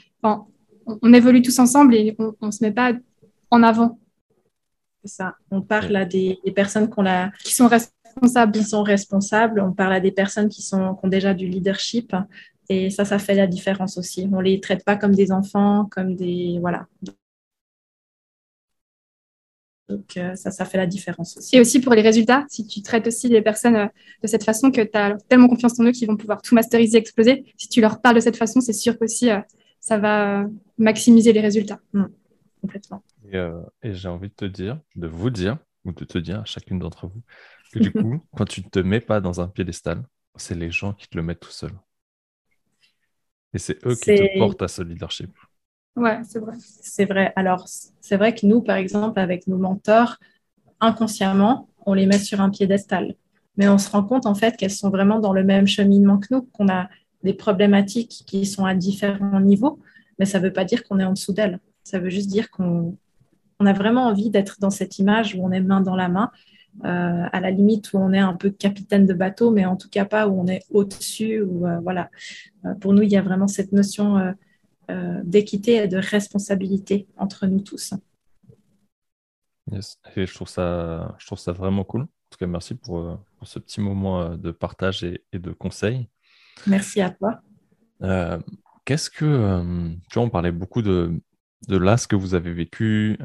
On évolue tous ensemble et on se met pas en avant. C'est ça. On parle à des personnes qui sont responsables. On parle à des personnes qui ont déjà du leadership. Et ça fait la différence aussi. On ne les traite pas comme des enfants, comme des... Voilà. Donc, ça fait la différence aussi. Et aussi pour les résultats, si tu traites aussi les personnes de cette façon, que tu as tellement confiance en eux qu'ils vont pouvoir tout masteriser, exploser, si tu leur parles de cette façon, c'est sûr qu'aussi ça va maximiser les résultats. Complètement. Et j'ai envie de vous dire, ou de te dire à chacune d'entre vous, que du coup, quand tu ne te mets pas dans un piédestal, c'est les gens qui te le mettent tout seuls. Et c'est eux qui te portent à ce leadership. Ouais, c'est vrai. C'est vrai. Alors, c'est vrai que nous, par exemple, avec nos mentors, inconsciemment, on les met sur un piédestal. Mais on se rend compte, en fait, qu'elles sont vraiment dans le même cheminement que nous, qu'on a des problématiques qui sont à différents niveaux. Mais ça ne veut pas dire qu'on est en dessous d'elles. Ça veut juste dire qu'on a vraiment envie d'être dans cette image où on est main dans la main, à la limite où on est un peu capitaine de bateau, mais en tout cas pas où on est au-dessus. Voilà. Pour nous, il y a vraiment cette notion d'équité et de responsabilité entre nous tous. Yes. Et je trouve ça vraiment cool. En tout cas, merci pour ce petit moment de partage et de conseils. Merci à toi. Qu'est-ce que, tu vois, on parlait beaucoup de là, ce que vous avez vécu,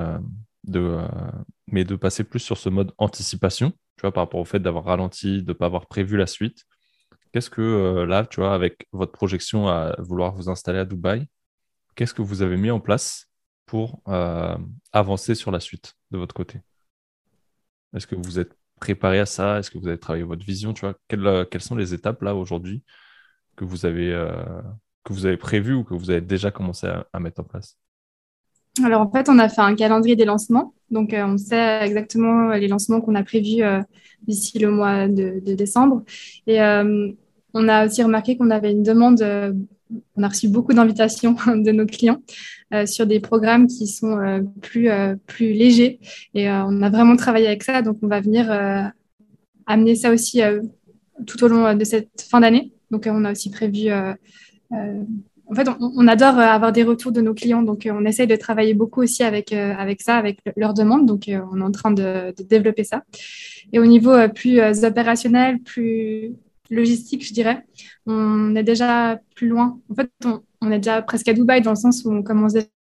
mais de passer plus sur ce mode anticipation, tu vois, par rapport au fait d'avoir ralenti, de ne pas avoir prévu la suite. Qu'est-ce que là, tu vois, avec votre projection à vouloir vous installer à Dubaï, qu'est-ce que vous avez mis en place pour avancer sur la suite de votre côté? Est-ce que vous êtes préparé à ça? Est-ce que vous avez travaillé votre vision? Tu vois, quelles sont les étapes là aujourd'hui que vous avez prévues ou que vous avez déjà commencé à mettre en place? Alors en fait, on a fait un calendrier des lancements. Donc on sait exactement les lancements qu'on a prévus d'ici le mois de décembre. Et on a aussi remarqué qu'on avait une demande, on a reçu beaucoup d'invitations de nos clients sur des programmes qui sont plus légers. Et on a vraiment travaillé avec ça. Donc on va venir amener ça aussi tout au long de cette fin d'année. Donc on a aussi prévu... en fait, on adore avoir des retours de nos clients, donc on essaye de travailler beaucoup aussi avec ça, avec leurs demandes. Donc, on est en train de développer ça. Et au niveau plus opérationnel, plus logistique, je dirais, on est déjà plus loin. En fait, on est déjà presque à Dubaï dans le sens où on commence déjà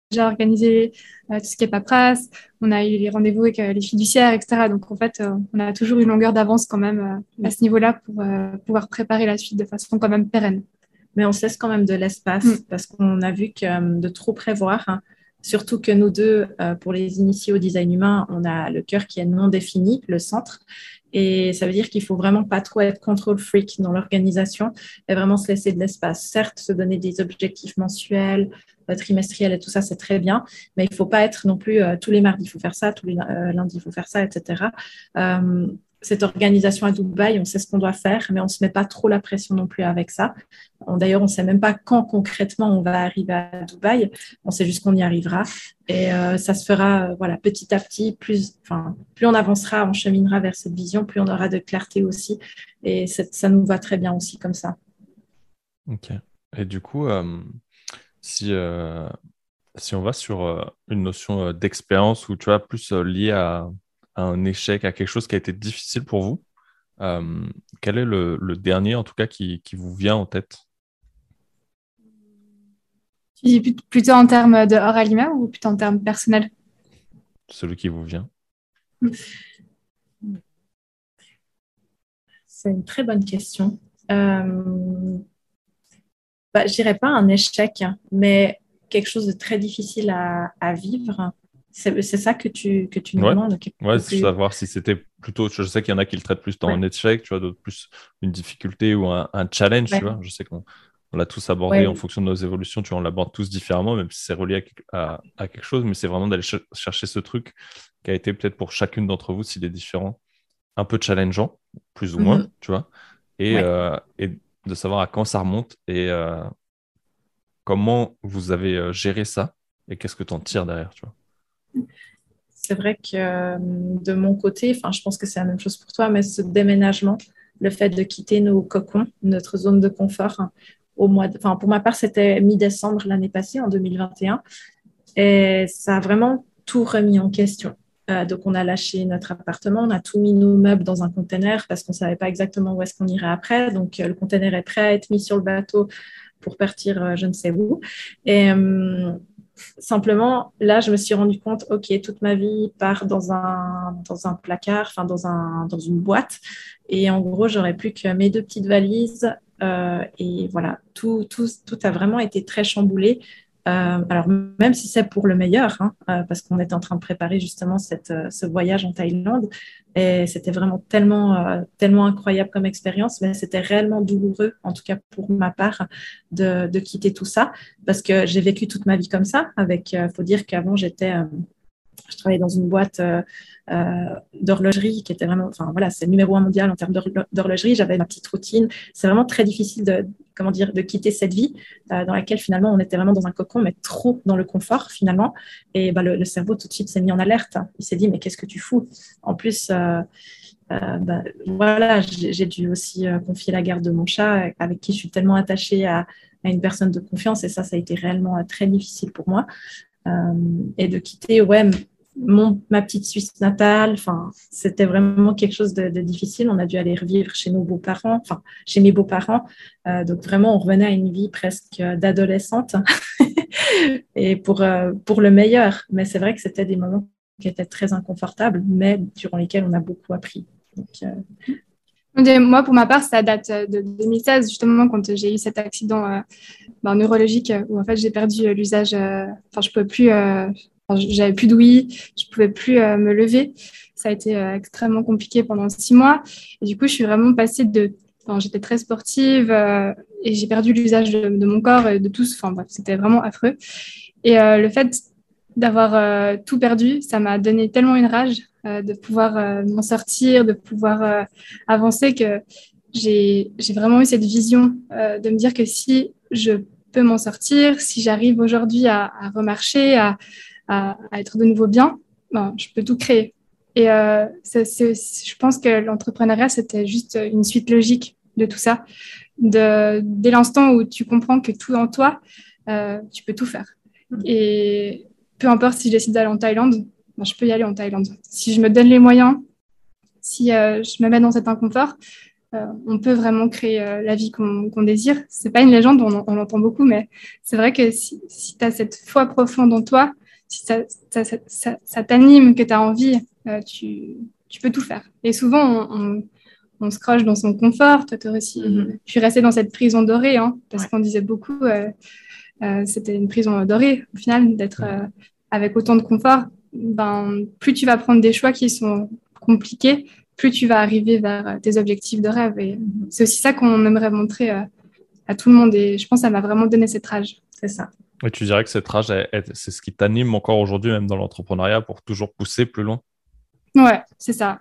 déjà organisé tout ce qui est paperasse, on a eu les rendez-vous avec les fiduciaires, etc. Donc, en fait, on a toujours une longueur d'avance quand même à ce niveau-là pour pouvoir préparer la suite de façon quand même pérenne. Mais on se laisse quand même de l'espace parce qu'on a vu que de trop prévoir, hein, surtout que nous deux, pour les initiés au design humain, on a le cœur qui est non défini, le centre. Et ça veut dire qu'il ne faut vraiment pas trop être control freak dans l'organisation et vraiment se laisser de l'espace. Certes, se donner des objectifs mensuels, trimestriels et tout ça, c'est très bien, mais il ne faut pas être non plus tous les mardis, il faut faire ça, tous les lundis, il faut faire ça, etc. Cette organisation à Dubaï, on sait ce qu'on doit faire, mais on ne se met pas trop la pression non plus avec ça. D'ailleurs, on ne sait même pas quand concrètement on va arriver à Dubaï. On sait juste qu'on y arrivera. Et ça se fera voilà, petit à petit. Plus on avancera, on cheminera vers cette vision, plus on aura de clarté aussi. Et ça nous va très bien aussi comme ça. Ok. Et du coup, si on va sur une notion d'expérience ou tu vois, plus liée à un échec, à quelque chose qui a été difficile pour vous, quel est le dernier, en tout cas, qui vous vient en tête? Tu dis plutôt en termes de hors aliment ou plutôt en termes personnels? Celui qui vous vient. C'est une très bonne question. Je dirais pas un échec, mais quelque chose de très difficile à vivre. C'est ça que tu me demandes. Ouais, c'est savoir si c'était plutôt. Je sais qu'il y en a qui le traitent plus dans un échec, tu vois, d'autres plus une difficulté ou un challenge, tu vois. Je sais qu'on l'a tous abordé en fonction de nos évolutions, tu vois, on l'aborde tous différemment, même si c'est relié à quelque chose, mais c'est vraiment d'aller chercher ce truc qui a été peut-être pour chacune d'entre vous, s'il est différent, un peu challengeant, plus ou moins, tu vois, et de savoir à quand ça remonte et comment vous avez géré ça et qu'est-ce que tu en tires derrière, tu vois. C'est vrai que de mon côté, je pense que c'est la même chose pour toi, mais ce déménagement, le fait de quitter nos cocons, notre zone de confort, pour ma part, c'était mi-décembre l'année passée, en 2021, et ça a vraiment tout remis en question. Donc, on a lâché notre appartement, on a tout mis nos meubles dans un container parce qu'on ne savait pas exactement où est-ce qu'on irait après. Donc, le container est prêt à être mis sur le bateau pour partir je ne sais où. Et simplement, là, je me suis rendu compte, OK, toute ma vie part dans un placard, dans une boîte. Et en gros, j'aurais plus que mes 2 petites valises. Et voilà, tout a vraiment été très chamboulé. Alors, même si c'est pour le meilleur, parce qu'on était en train de préparer justement ce voyage en Thaïlande, et c'était vraiment tellement incroyable comme expérience, mais c'était réellement douloureux, en tout cas pour ma part, de quitter tout ça, parce que j'ai vécu toute ma vie comme ça. Faut dire qu'avant, je travaillais dans une boîte d'horlogerie qui était vraiment, c'est le numéro 1 mondial en termes d'horlogerie. J'avais ma petite routine. C'est vraiment très difficile de quitter cette vie dans laquelle finalement on était vraiment dans un cocon, mais trop dans le confort finalement. Et le cerveau tout de suite s'est mis en alerte. Il s'est dit, mais qu'est-ce que tu fous? En plus, j'ai dû aussi confier la garde de mon chat avec qui je suis tellement attachée à une personne de confiance. Et ça a été réellement très difficile pour moi. Et de quitter ma petite Suisse natale, c'était vraiment quelque chose de difficile. On a dû aller revivre chez nos beaux-parents, chez mes beaux-parents. Donc vraiment, on revenait à une vie presque d'adolescente et pour le meilleur. Mais c'est vrai que c'était des moments qui étaient très inconfortables, mais durant lesquels on a beaucoup appris. Donc, moi, pour ma part, ça date de 2016, justement, quand j'ai eu cet accident neurologique où en fait j'ai perdu l'usage. Je pouvais plus. J'avais plus d'ouïe, je pouvais plus me lever. Ça a été extrêmement compliqué pendant 6 mois. Et du coup, je suis vraiment passée j'étais très sportive et j'ai perdu l'usage de mon corps et de tous. C'était vraiment affreux. Et le fait d'avoir tout perdu, ça m'a donné tellement une rage de pouvoir m'en sortir, de pouvoir avancer que j'ai vraiment eu cette vision de me dire que si je peux m'en sortir, si j'arrive aujourd'hui à remarcher, à être de nouveau bien, je peux tout créer. Et je pense que l'entrepreneuriat, c'était juste une suite logique de tout ça. Dès l'instant où tu comprends que tout en toi, tu peux tout faire. Et peu importe si je décide d'aller en Thaïlande, je peux y aller en Thaïlande. Si je me donne les moyens, si je me mets dans cet inconfort, on peut vraiment créer la vie qu'on désire. C'est pas une légende, on l'entend beaucoup, mais c'est vrai que si tu as cette foi profonde en toi, si ça t'anime, que tu as envie, tu peux tout faire. Et souvent, on se croche dans son confort. Toi aussi, je suis restée dans cette prison dorée, hein, parce qu'on disait beaucoup, c'était une prison dorée, au final, d'être avec autant de confort. Ben, plus tu vas prendre des choix qui sont compliqués, plus tu vas arriver vers tes objectifs de rêve. Et c'est aussi ça qu'on aimerait montrer à tout le monde. Et je pense que ça m'a vraiment donné cette rage. C'est ça. Et tu dirais que cette rage, c'est ce qui t'anime encore aujourd'hui, même dans l'entrepreneuriat, pour toujours pousser plus loin? Ouais, c'est ça.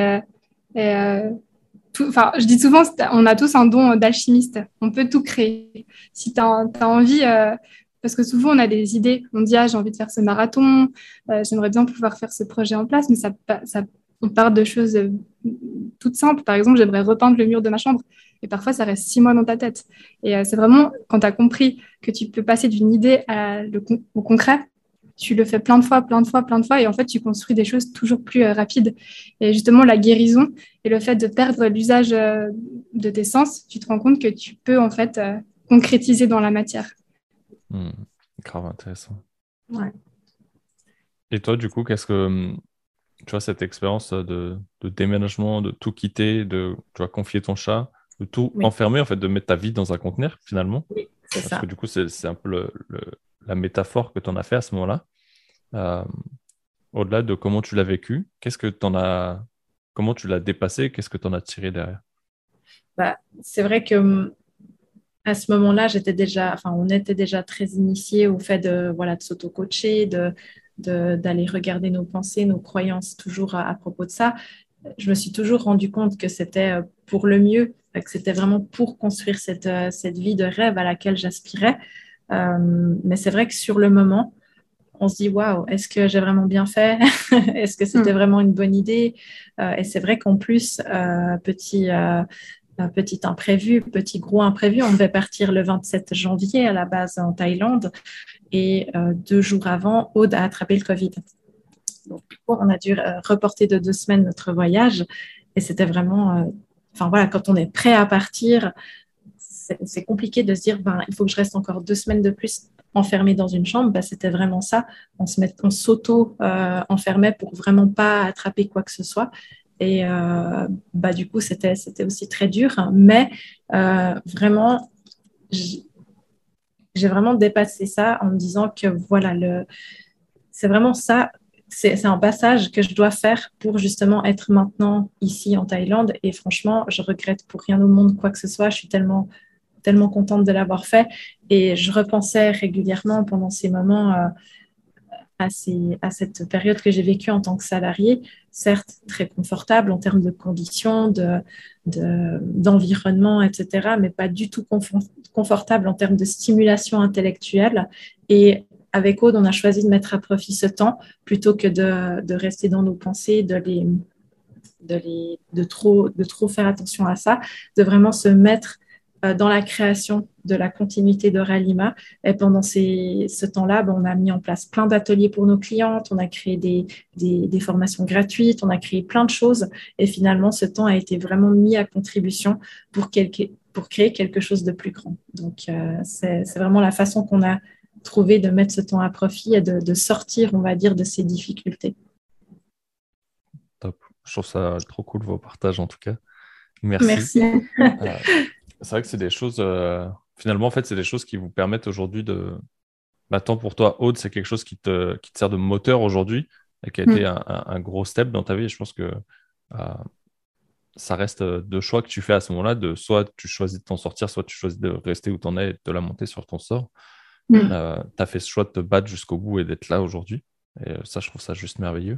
Je dis souvent, on a tous un don d'alchimiste. On peut tout créer. Si tu as envie, parce que souvent on a des idées. On dit, j'ai envie de faire ce marathon, j'aimerais bien pouvoir faire ce projet en place, mais on part de choses toutes simples. Par exemple, j'aimerais repeindre le mur de ma chambre. Et parfois, ça reste 6 mois dans ta tête. Et c'est vraiment quand tu as compris que tu peux passer d'une idée au concret, tu le fais plein de fois, plein de fois, plein de fois, et en fait, tu construis des choses toujours plus rapides. Et justement, la guérison et le fait de perdre l'usage de tes sens, tu te rends compte que tu peux en fait concrétiser dans la matière. Grave intéressant. Ouais. Et toi, du coup, qu'est-ce que tu vois cette expérience de déménagement, de tout quitter, de confier ton chat, de tout enfermer, en fait, de mettre ta vie dans un conteneur, finalement? Oui, c'est Parce ça. que du coup, c'est un peu la métaphore que tu en as fait à ce moment-là. Au-delà de comment tu l'as vécu, comment tu l'as dépassé, qu'est-ce que tu en as tiré derrière? C'est vrai que à ce moment-là, on était déjà très initiés au fait de s'auto-coacher, d'aller regarder nos pensées, nos croyances toujours à propos de ça. Je me suis toujours rendu compte que c'était pour le mieux, que c'était vraiment pour construire cette vie de rêve à laquelle j'aspirais. Mais c'est vrai que sur le moment, on se dit waouh, est-ce que j'ai vraiment bien fait? Est-ce que c'était vraiment une bonne idée? Et c'est vrai qu'en plus, petit imprévu, petit gros imprévu, on devait partir le 27 janvier à la base en Thaïlande et 2 jours avant, Aude a attrapé le Covid. Donc, on a dû reporter de 2 semaines notre voyage et c'était vraiment, quand on est prêt à partir, c'est compliqué de se dire, il faut que je reste encore 2 semaines de plus enfermé dans une chambre. C'était vraiment ça. On s'auto-enfermait pour vraiment pas attraper quoi que ce soit. Et du coup, c'était aussi très dur. Mais vraiment, j'ai vraiment dépassé ça en me disant que voilà, c'est vraiment ça. C'est un passage que je dois faire pour justement être maintenant ici en Thaïlande. Et franchement, je regrette pour rien au monde quoi que ce soit. Je suis tellement contente de l'avoir fait. Et je repensais régulièrement pendant ces moments à cette période que j'ai vécue en tant que salariée, certes très confortable en termes de conditions, d'environnement, etc., mais pas du tout confortable en termes de stimulation intellectuelle. Et avec Aude, on a choisi de mettre à profit ce temps plutôt que de rester dans nos pensées, de trop faire attention à ça, de vraiment se mettre dans la création de la continuité de Ralima. Et pendant ce temps-là, on a mis en place plein d'ateliers pour nos clientes, on a créé des formations gratuites, on a créé plein de choses. Et finalement, ce temps a été vraiment mis à contribution pour créer quelque chose de plus grand. Donc, c'est vraiment la façon qu'on a trouvé de mettre ce temps à profit et de sortir, on va dire, de ces difficultés. Top. Je trouve ça trop cool, vos partages en tout cas. Merci. C'est vrai que c'est des choses, finalement, en fait, c'est des choses qui vous permettent aujourd'hui de. Tant pour toi, Aude, c'est quelque chose qui te sert de moteur aujourd'hui et qui a été un gros step dans ta vie. Et je pense que ça reste deux choix que tu fais à ce moment-là, de soit tu choisis de t'en sortir, soit tu choisis de rester où tu en es et de la monter sur ton sort. Tu as fait ce choix de te battre jusqu'au bout et d'être là aujourd'hui. Et ça, je trouve ça juste merveilleux.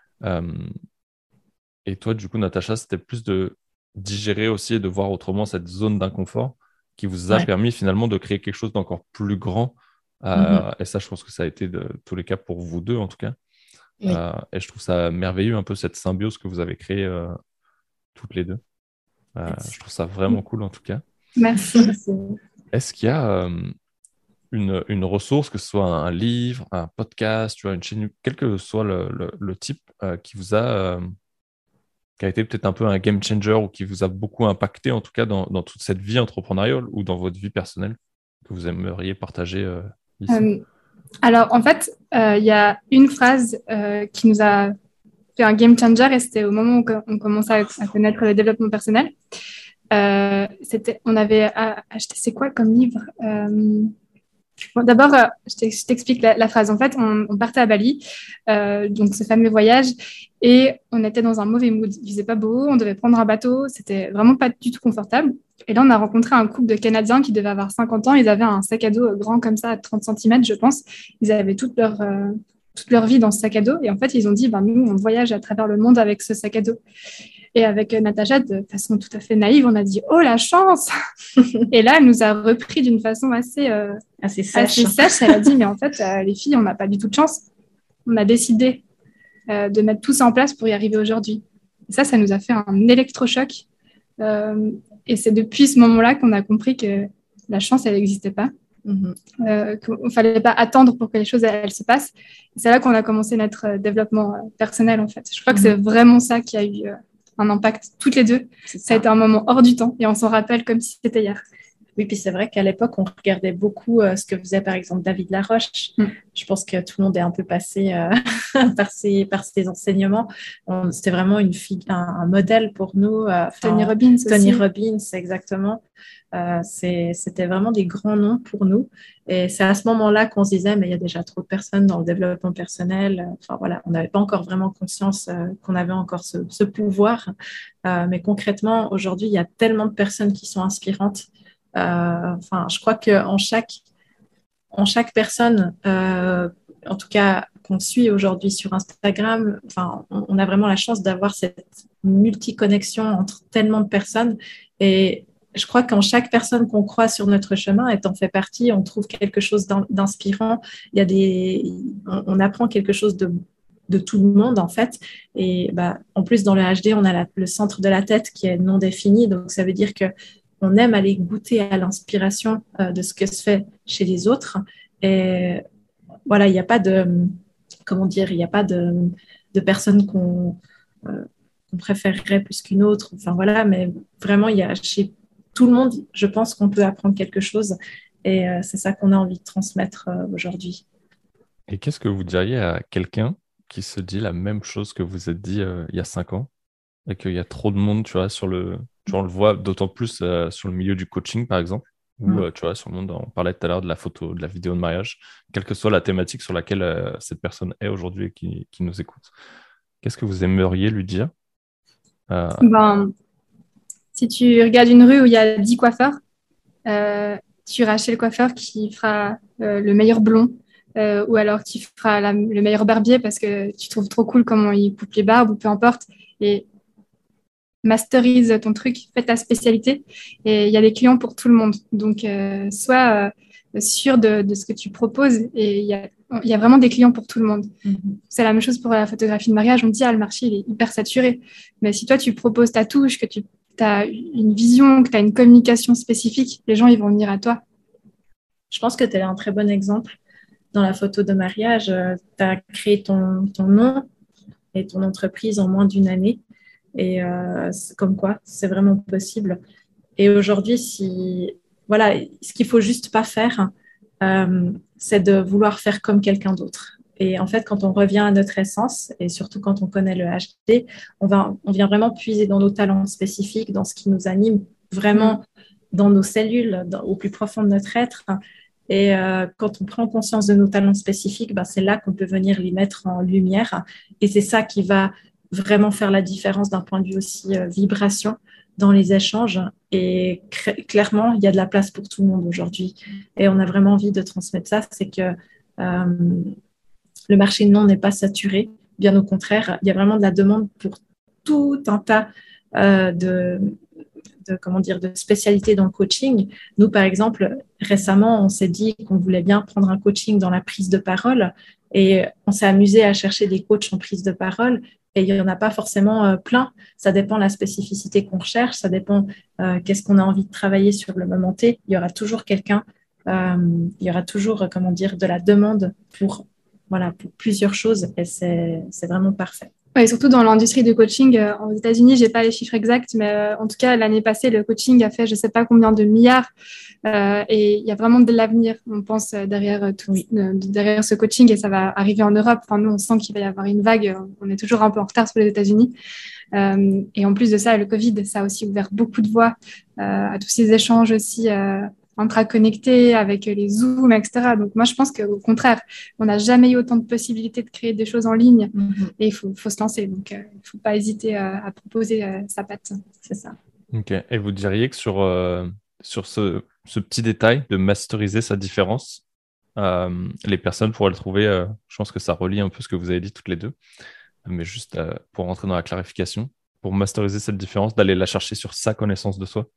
Et toi, du coup, Natacha, c'était plus de digérer aussi et de voir autrement cette zone d'inconfort qui vous a permis finalement de créer quelque chose d'encore plus grand. Et ça, je pense que ça a été de tous les cas pour vous deux, en tout cas. Oui. Et je trouve ça merveilleux, un peu cette symbiose que vous avez créée toutes les deux. Je trouve ça vraiment cool, en tout cas. Merci. Est-ce qu'il y a une ressource, que ce soit un livre, un podcast, une chaîne, quel que soit le type, qui vous a qui a été peut-être un peu un game changer ou qui vous a beaucoup impacté, en tout cas dans toute cette vie entrepreneuriale ou dans votre vie personnelle que vous aimeriez partager ici? Alors, en fait, il y a une phrase qui nous a fait un game changer et c'était au moment où on commençait à connaître le développement personnel. On avait acheté, c'est quoi comme livre? Bon, d'abord, je t'explique la phrase. En fait, on partait à Bali, donc ce fameux voyage, et on était dans un mauvais mood. Il faisait pas beau, on devait prendre un bateau, c'était vraiment pas du tout confortable. Et là, on a rencontré un couple de Canadiens qui devaient avoir 50 ans. Ils avaient un sac à dos grand comme ça, à 30 cm, je pense. Ils avaient toute leur vie dans ce sac à dos. Et en fait, ils ont dit, ben, nous, on voyage à travers le monde avec ce sac à dos. Et avec Natacha, de façon tout à fait naïve, on a dit « Oh, la chance !» Et là, elle nous a repris d'une façon assez sèche. Elle a dit « Mais en fait, les filles, on n'a pas du tout de chance. On a décidé de mettre tout ça en place pour y arriver aujourd'hui. » Et ça nous a fait un électrochoc. Et c'est depuis ce moment-là qu'on a compris que la chance, elle n'existait pas. Qu'il ne fallait pas attendre pour que les choses elles se passent. Et c'est là qu'on a commencé notre développement personnel, en fait. Je crois que c'est vraiment ça qui a eu un impact toutes les deux. Ça a été un moment hors du temps et on s'en rappelle comme si c'était hier. Oui, puis c'est vrai qu'à l'époque, on regardait beaucoup ce que faisait par exemple David Laroche. Je pense que tout le monde est un peu passé par ses enseignements. C'était vraiment un modèle pour nous. Tony Robbins aussi. Tony Robbins, exactement. C'était vraiment des grands noms pour nous. Et c'est à ce moment-là qu'on se disait, mais il y a déjà trop de personnes dans le développement personnel. Enfin voilà, on n'avait pas encore vraiment conscience qu'on avait encore ce pouvoir. Mais concrètement, aujourd'hui, il y a tellement de personnes qui sont inspirantes. Je crois qu'en chaque personne, en tout cas qu'on suit aujourd'hui sur Instagram, on a vraiment la chance d'avoir cette multi-connexion entre tellement de personnes. Et je crois qu'en chaque personne qu'on croise sur notre chemin, et t'en fais partie, on trouve quelque chose d'inspirant. On apprend quelque chose de tout le monde, en fait. Et en plus, dans le HD, on a le centre de la tête qui est non défini. Donc, ça veut dire qu'on aime aller goûter à l'inspiration de ce que se fait chez les autres. Et voilà, il n'y a pas de personne qu'on préférerait plus qu'une autre. Enfin, voilà, mais vraiment, il y a chez tout le monde, je pense qu'on peut apprendre quelque chose. Et c'est ça qu'on a envie de transmettre aujourd'hui. Et qu'est-ce que vous diriez à quelqu'un qui se dit la même chose que vous êtes dit il y a 5 ans et qu'il y a trop de monde, tu vois, on le voit d'autant plus sur le milieu du coaching, par exemple, ou tu vois, sur le monde, on parlait tout à l'heure de la photo, de la vidéo de mariage, quelle que soit la thématique sur laquelle cette personne est aujourd'hui et qui nous écoute. Qu'est-ce que vous aimeriez lui dire si tu regardes une rue où il y a 10 coiffeurs, tu iras chez le coiffeur qui fera le meilleur blond ou alors qui fera le meilleur barbier parce que tu trouves trop cool comment il coupe les barbes ou peu importe. Et masterise ton truc, fais ta spécialité. Et il y a des clients pour tout le monde. Donc, sois sûr de ce que tu proposes. Et il y a vraiment des clients pour tout le monde. C'est la même chose pour la photographie de mariage. On dit, le marché, il est hyper saturé. Mais si toi, tu proposes ta touche, que tu as une vision, que tu as une communication spécifique, les gens, ils vont venir à toi. Je pense que tu es un très bon exemple. Dans la photo de mariage, tu as créé ton nom et ton entreprise en moins d'1 année. Et comme quoi, c'est vraiment possible. Et aujourd'hui, ce qu'il faut juste pas faire, c'est de vouloir faire comme quelqu'un d'autre. Et en fait, quand on revient à notre essence, et surtout quand on connaît le HD, on vient vraiment puiser dans nos talents spécifiques, dans ce qui nous anime vraiment dans nos cellules, au plus profond de notre être. Et quand on prend conscience de nos talents spécifiques, c'est là qu'on peut venir les mettre en lumière. Et c'est ça qui va vraiment faire la différence d'un point de vue aussi vibration dans les échanges. Et clairement, il y a de la place pour tout le monde aujourd'hui. Et on a vraiment envie de transmettre ça. C'est que le marché n'est pas saturé. Bien au contraire, il y a vraiment de la demande pour tout un tas de spécialités dans le coaching. Nous, par exemple, récemment, on s'est dit qu'on voulait bien prendre un coaching dans la prise de parole et on s'est amusé à chercher des coachs en prise de parole et il n'y en a pas forcément plein. Ça dépend de la spécificité qu'on recherche, ça dépend qu'est-ce qu'on a envie de travailler sur le moment T. Il y aura toujours quelqu'un, il y aura toujours, de la demande pour plusieurs choses et c'est vraiment parfait. Ouais, surtout dans l'industrie du coaching, aux États-Unis, j'ai pas les chiffres exacts, mais en tout cas, l'année passée, le coaching a fait je sais pas combien de milliards et il y a vraiment de l'avenir, on pense, derrière ce coaching et ça va arriver en Europe. Enfin, nous, on sent qu'il va y avoir une vague. On est toujours un peu en retard sur les États-Unis. Et en plus de ça, le Covid, ça a aussi ouvert beaucoup de voies à tous ces échanges aussi intraconnectés avec les Zooms, etc. Donc moi, je pense qu'au contraire, on n'a jamais eu autant de possibilités de créer des choses en ligne et il faut se lancer. Donc, il ne faut pas hésiter à proposer sa patte. C'est ça. Ok. Et vous diriez que sur ce petit détail de masteriser sa différence, les personnes pourraient le trouver, je pense que ça relie un peu ce que vous avez dit toutes les deux, mais juste pour rentrer dans la clarification, pour masteriser cette différence, d'aller la chercher sur sa connaissance de soi.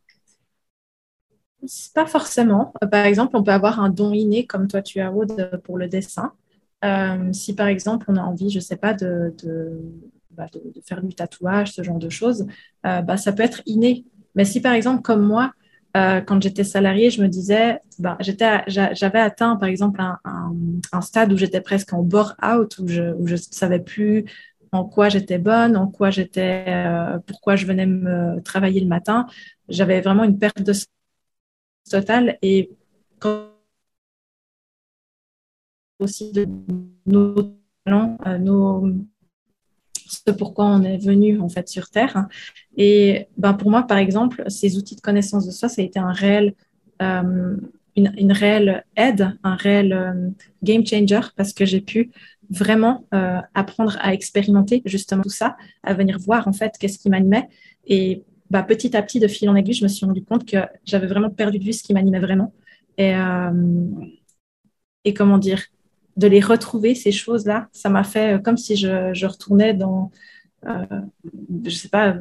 Pas forcément. Par exemple, on peut avoir un don inné comme toi tu as, Aude, pour le dessin. Si par exemple on a envie, je ne sais pas, de faire du tatouage, ce genre de choses, ça peut être inné. Mais si par exemple, comme moi, quand j'étais salariée, je me disais, j'avais atteint par exemple un stade où j'étais presque en bore-out, où je ne savais plus en quoi j'étais bonne, pourquoi je venais me travailler le matin. J'avais vraiment une perte de totale et aussi de nos talents, ce pourquoi on est venu en fait sur Terre. Et pour moi, par exemple, ces outils de connaissance de soi, ça a été une réelle aide, un réel game changer parce que j'ai pu vraiment apprendre à expérimenter justement tout ça, à venir voir en fait qu'est-ce qui m'animait. Et petit à petit, de fil en aiguille, je me suis rendu compte que j'avais vraiment perdu de vue ce qui m'animait vraiment. Et comment dire, de les retrouver, ces choses-là, ça m'a fait comme si je retournais je sais pas,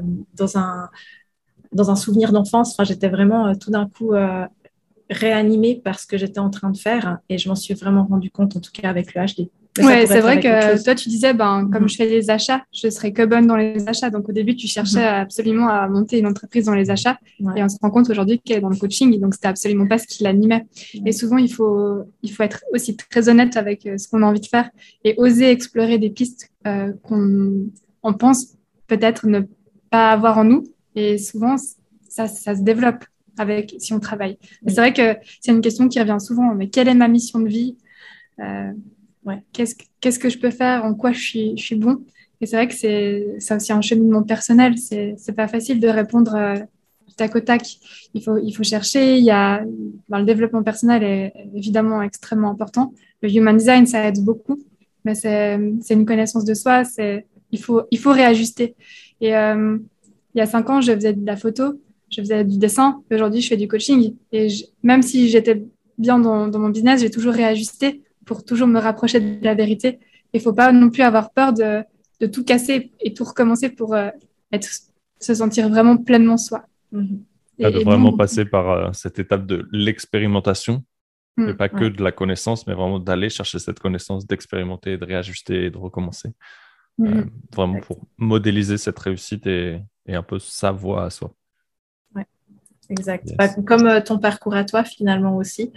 dans un souvenir d'enfance. Enfin, j'étais vraiment tout d'un coup réanimée par ce que j'étais en train de faire et je m'en suis vraiment rendu compte, en tout cas avec le HD. Ouais, c'est vrai que toi, tu disais, comme je fais les achats, je serais que bonne dans les achats. Donc, au début, tu cherchais absolument à monter une entreprise dans les achats. Ouais. Et on se rend compte aujourd'hui qu'elle est dans le coaching. Donc, c'était absolument pas ce qui l'animait. Ouais. Et souvent, il faut être aussi très honnête avec ce qu'on a envie de faire et oser explorer des pistes qu'on pense peut-être ne pas avoir en nous. Et souvent, ça se développe si on travaille. Et c'est vrai que c'est une question qui revient souvent. Mais quelle est ma mission de vie? Ouais. Qu'est-ce que je peux faire, en quoi je suis bon. Et c'est vrai que c'est aussi un cheminement personnel. C'est pas facile de répondre du tac au tac. Il faut chercher. Le développement personnel est évidemment extrêmement important. Le human design, ça aide beaucoup, mais c'est une connaissance de soi. Il faut réajuster. Et il y a 5 ans, je faisais de la photo, je faisais du dessin. Aujourd'hui, je fais du coaching. Et même si j'étais bien dans mon business, j'ai toujours réajusté pour toujours me rapprocher de la vérité. Il ne faut pas non plus avoir peur de tout casser et tout recommencer pour se sentir vraiment pleinement soi. De vraiment passer par cette étape de l'expérimentation, et pas que de la connaissance, mais vraiment d'aller chercher cette connaissance, d'expérimenter, de réajuster et de recommencer. Vraiment pour modéliser cette réussite et un peu sa voie à soi. Ouais, exact. Yes. Comme ton parcours à toi, finalement aussi.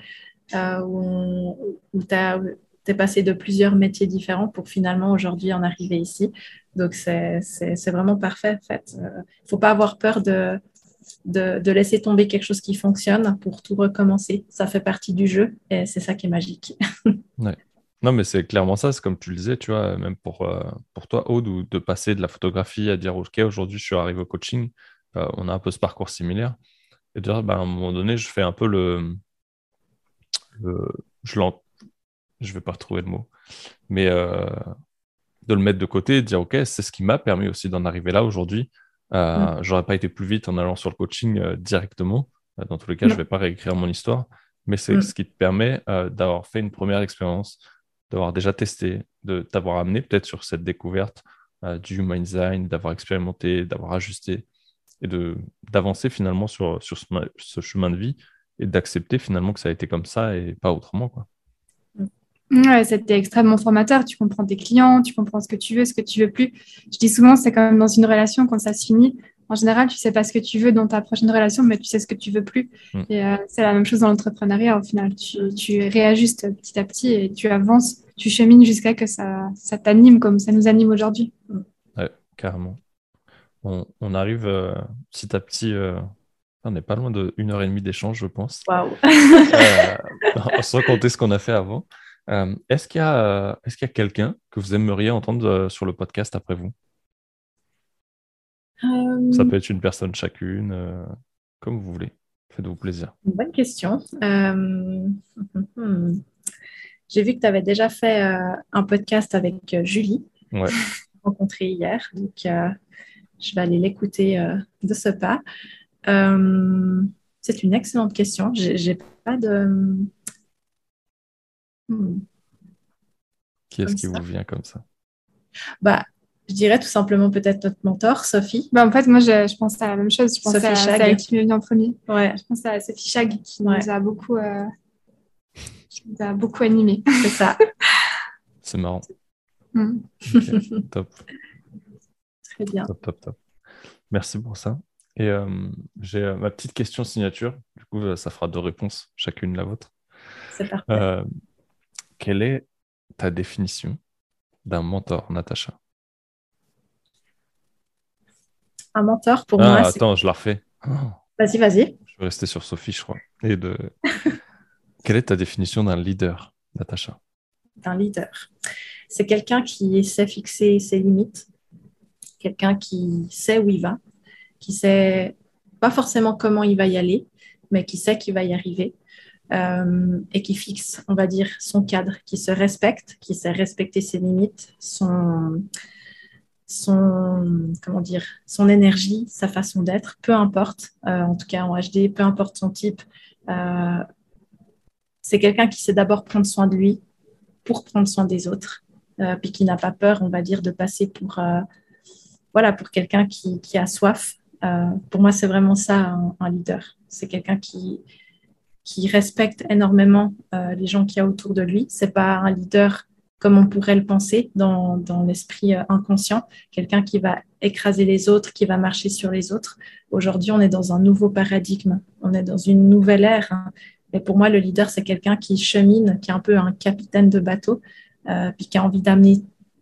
Où tu es passé de plusieurs métiers différents pour finalement aujourd'hui en arriver ici. Donc, c'est vraiment parfait en fait. Il ne faut pas avoir peur de laisser tomber quelque chose qui fonctionne pour tout recommencer. Ça fait partie du jeu et c'est ça qui est magique. Ouais. Non, mais c'est clairement ça. C'est comme tu le disais, tu vois, même pour toi, Aude, de passer de la photographie à dire, OK, aujourd'hui, je suis arrivé au coaching. On a un peu ce parcours similaire. Et de dire, à un moment donné, je fais un peu je vais pas retrouver le mot, mais de le mettre de côté et de dire ok, c'est ce qui m'a permis aussi d'en arriver là aujourd'hui. J'aurais pas été plus vite en allant sur le coaching directement. Dans tous les cas, je vais pas réécrire mon histoire, mais c'est ce qui te permet d'avoir fait une première expérience, d'avoir déjà testé, de t'avoir amené peut-être sur cette découverte du human design, d'avoir expérimenté, d'avoir ajusté et d'avancer finalement sur ce chemin de vie et d'accepter finalement que ça a été comme ça et pas autrement, quoi. Ouais, c'était extrêmement formateur. Tu comprends tes clients, tu comprends ce que tu veux plus. Je dis souvent, c'est comme dans une relation, quand ça se finit, en général, tu sais pas ce que tu veux dans ta prochaine relation, mais tu sais ce que tu veux plus. Et c'est la même chose dans l'entrepreneuriat. Au final, tu réajustes petit à petit et tu avances tu chemines jusqu'à que ça t'anime comme ça nous anime aujourd'hui. Ouais, carrément. On arrive petit à petit, on n'est pas loin de 1 heure et demie d'échange, je pense. Waouh. Sans compter ce qu'on a fait avant. Est-ce qu'il y a quelqu'un que vous aimeriez entendre sur le podcast après vous? Ça peut être une personne chacune, comme vous voulez. Faites-vous plaisir. Une bonne question. J'ai vu que tu avais déjà fait un podcast avec Julie, Ouais. rencontrée hier. Donc, je vais aller l'écouter de ce pas. C'est une excellente question. J'ai pas de... Qui est-ce comme qui ça. vous vient comme ça? Bah, je dirais tout simplement peut-être notre mentor, Sophie. En fait, moi, je pense à la même chose. Je pense Sophie à Chag. celle qui m'est venue en premier. Ouais, Je pense à Sophie Chag qui Ouais. nous a beaucoup animés. c'est ça. C'est marrant. Mm. Ok, top, Très bien. top. Merci pour ça. Et j'ai ma petite question signature. Du coup, ça fera 2 réponses, chacune la vôtre. C'est parfait. Quelle est ta définition d'un mentor, Natacha? Un mentor, pour moi, c'est... Attends, je la refais. Oh, Vas-y. je vais rester sur Sophie, je crois. Quelle est ta définition d'un leader, Natacha? Un leader. C'est quelqu'un qui sait fixer ses limites, quelqu'un qui sait où il va, qui sait pas forcément comment il va y aller, mais qui sait qu'il va y arriver et qui fixe, on va dire, son cadre, qui se respecte, qui sait respecter ses limites, comment dire, son énergie, sa façon d'être, peu importe, en tout cas en HD, peu importe son type. C'est quelqu'un qui sait d'abord prendre soin de lui pour prendre soin des autres, puis qui n'a pas peur, on va dire, de passer pour quelqu'un qui a soif. Pour moi, c'est vraiment ça, un leader. C'est quelqu'un qui respecte énormément les gens qu'il y a autour de lui. C'est pas un leader comme on pourrait le penser dans l'esprit inconscient, quelqu'un qui va écraser les autres, qui va marcher sur les autres. Aujourd'hui, on est dans un nouveau paradigme, on est dans une nouvelle ère. Hein. Et pour moi, le leader, c'est quelqu'un qui chemine, qui est un peu un capitaine de bateau, puis qui a envie d'amener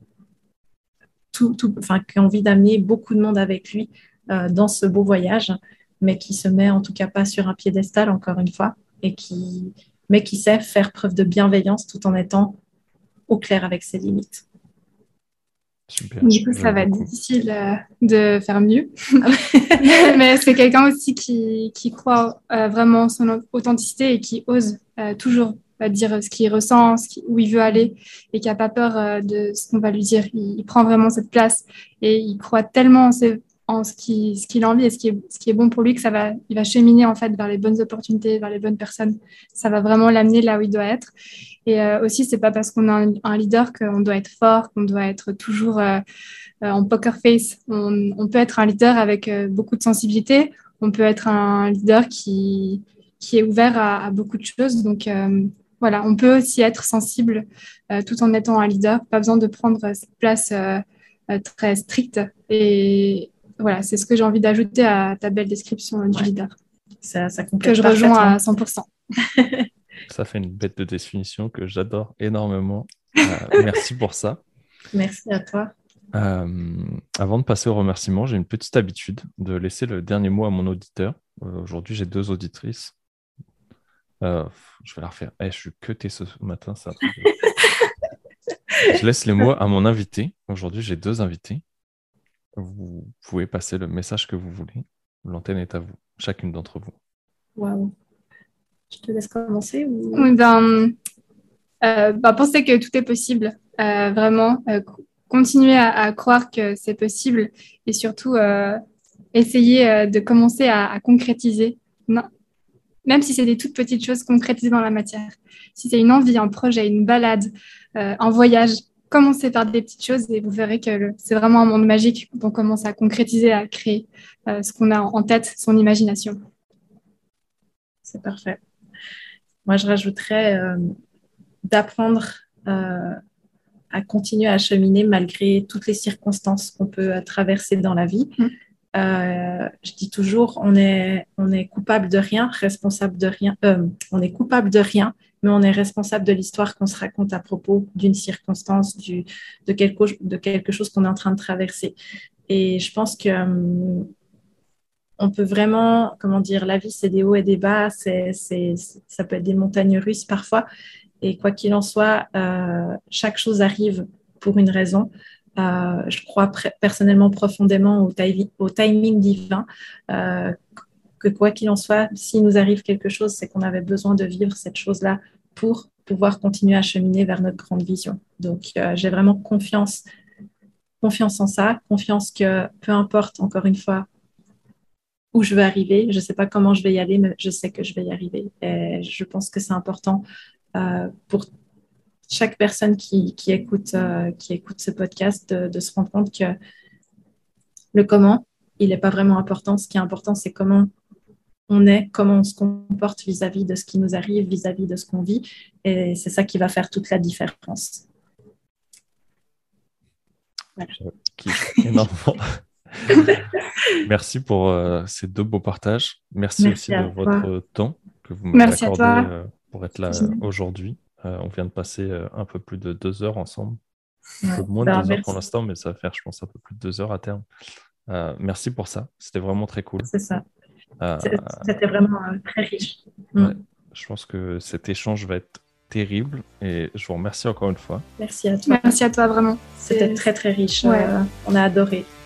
qui a envie d'amener beaucoup de monde avec lui dans ce beau voyage, mais qui se met en tout cas pas sur un piédestal, encore une fois, mais qui sait faire preuve de bienveillance tout en étant au clair avec ses limites. Super. Du coup, ça va être difficile de faire mieux. Mais c'est quelqu'un aussi qui croit vraiment en son authenticité et qui ose toujours dire ce qu'il ressent, où il veut aller et qui n'a pas peur de ce qu'on va lui dire. Il prend vraiment cette place et il croit tellement en ce qu'il a envie et ce qui est bon pour lui que il va cheminer en fait vers les bonnes opportunités, vers les bonnes personnes. Ça va vraiment l'amener là où il doit être. Et aussi, c'est pas parce qu'on a un leader qu'on doit être fort, qu'on doit être toujours en poker face. On peut être un leader avec beaucoup de sensibilité. On peut être un leader qui est ouvert à beaucoup de choses. Donc, voilà, on peut aussi être sensible tout en étant un leader. Pas besoin de prendre cette place très stricte. Et voilà, c'est ce que j'ai envie d'ajouter à ta belle description du leader. Ça complète que je rejoins à 100%. Ça fait une bête de définition que j'adore énormément. Merci pour ça. Merci à toi. Avant de passer au remerciement, j'ai une petite habitude de laisser le dernier mot à mon auditeur. Aujourd'hui, j'ai 2 auditrices. Je vais la refaire. Je suis cuté ce matin. C'est un truc de... Je laisse les mots à mon invité. Aujourd'hui, j'ai 2 invités. Vous pouvez passer le message que vous voulez. L'antenne est à vous, chacune d'entre vous. Waouh. Je te laisse commencer ou... Pensez que tout est possible. Vraiment, continuez à croire que c'est possible et surtout essayez de commencer à concrétiser. Non. Même si c'est des toutes petites choses concrétisées dans la matière. Si c'est une envie, un projet, une balade, un voyage, commencez par des petites choses et vous verrez que c'est vraiment un monde magique quand on commence à concrétiser, à créer ce qu'on a en tête, son imagination. C'est parfait. Moi, je rajouterais d'apprendre à continuer à cheminer malgré toutes les circonstances qu'on peut traverser dans la vie. Je dis toujours, on est coupable de rien, responsable de rien. On est coupable de rien mais on est responsable de l'histoire qu'on se raconte à propos d'une circonstance, de quelque chose qu'on est en train de traverser. Et je pense que on peut vraiment, comment dire, la vie, c'est des hauts et des bas, ça peut être des montagnes russes parfois. Et quoi qu'il en soit, chaque chose arrive pour une raison. Je crois personnellement profondément au timing divin, que quoi qu'il en soit, s'il nous arrive quelque chose, c'est qu'on avait besoin de vivre cette chose-là pour pouvoir continuer à cheminer vers notre grande vision. Donc, j'ai vraiment confiance en ça, confiance que peu importe, encore une fois, où je vais arriver, je ne sais pas comment je vais y aller, mais je sais que je vais y arriver. Et je pense que c'est important pour chaque personne qui écoute ce podcast de se rendre compte que le comment, il n'est pas vraiment important. Ce qui est important, c'est comment on est, comment on se comporte vis-à-vis de ce qui nous arrive, vis-à-vis de ce qu'on vit. Et c'est ça qui va faire toute la différence. Voilà. Je kiffe énormément. Merci pour ces 2 beaux partages. Merci aussi de votre temps que vous m'avez accordé pour être là aujourd'hui. On vient de passer un peu plus de 2 heures ensemble. Un peu moins de 2 heures pour l'instant, mais ça va faire, je pense, un peu plus de 2 heures à terme. Merci pour ça. C'était vraiment très cool. C'est ça. C'était vraiment très riche. Ouais, je pense que cet échange va être terrible et je vous remercie encore une fois. Merci à toi. Merci à toi, vraiment. C'était très, très riche. Ouais. On a adoré.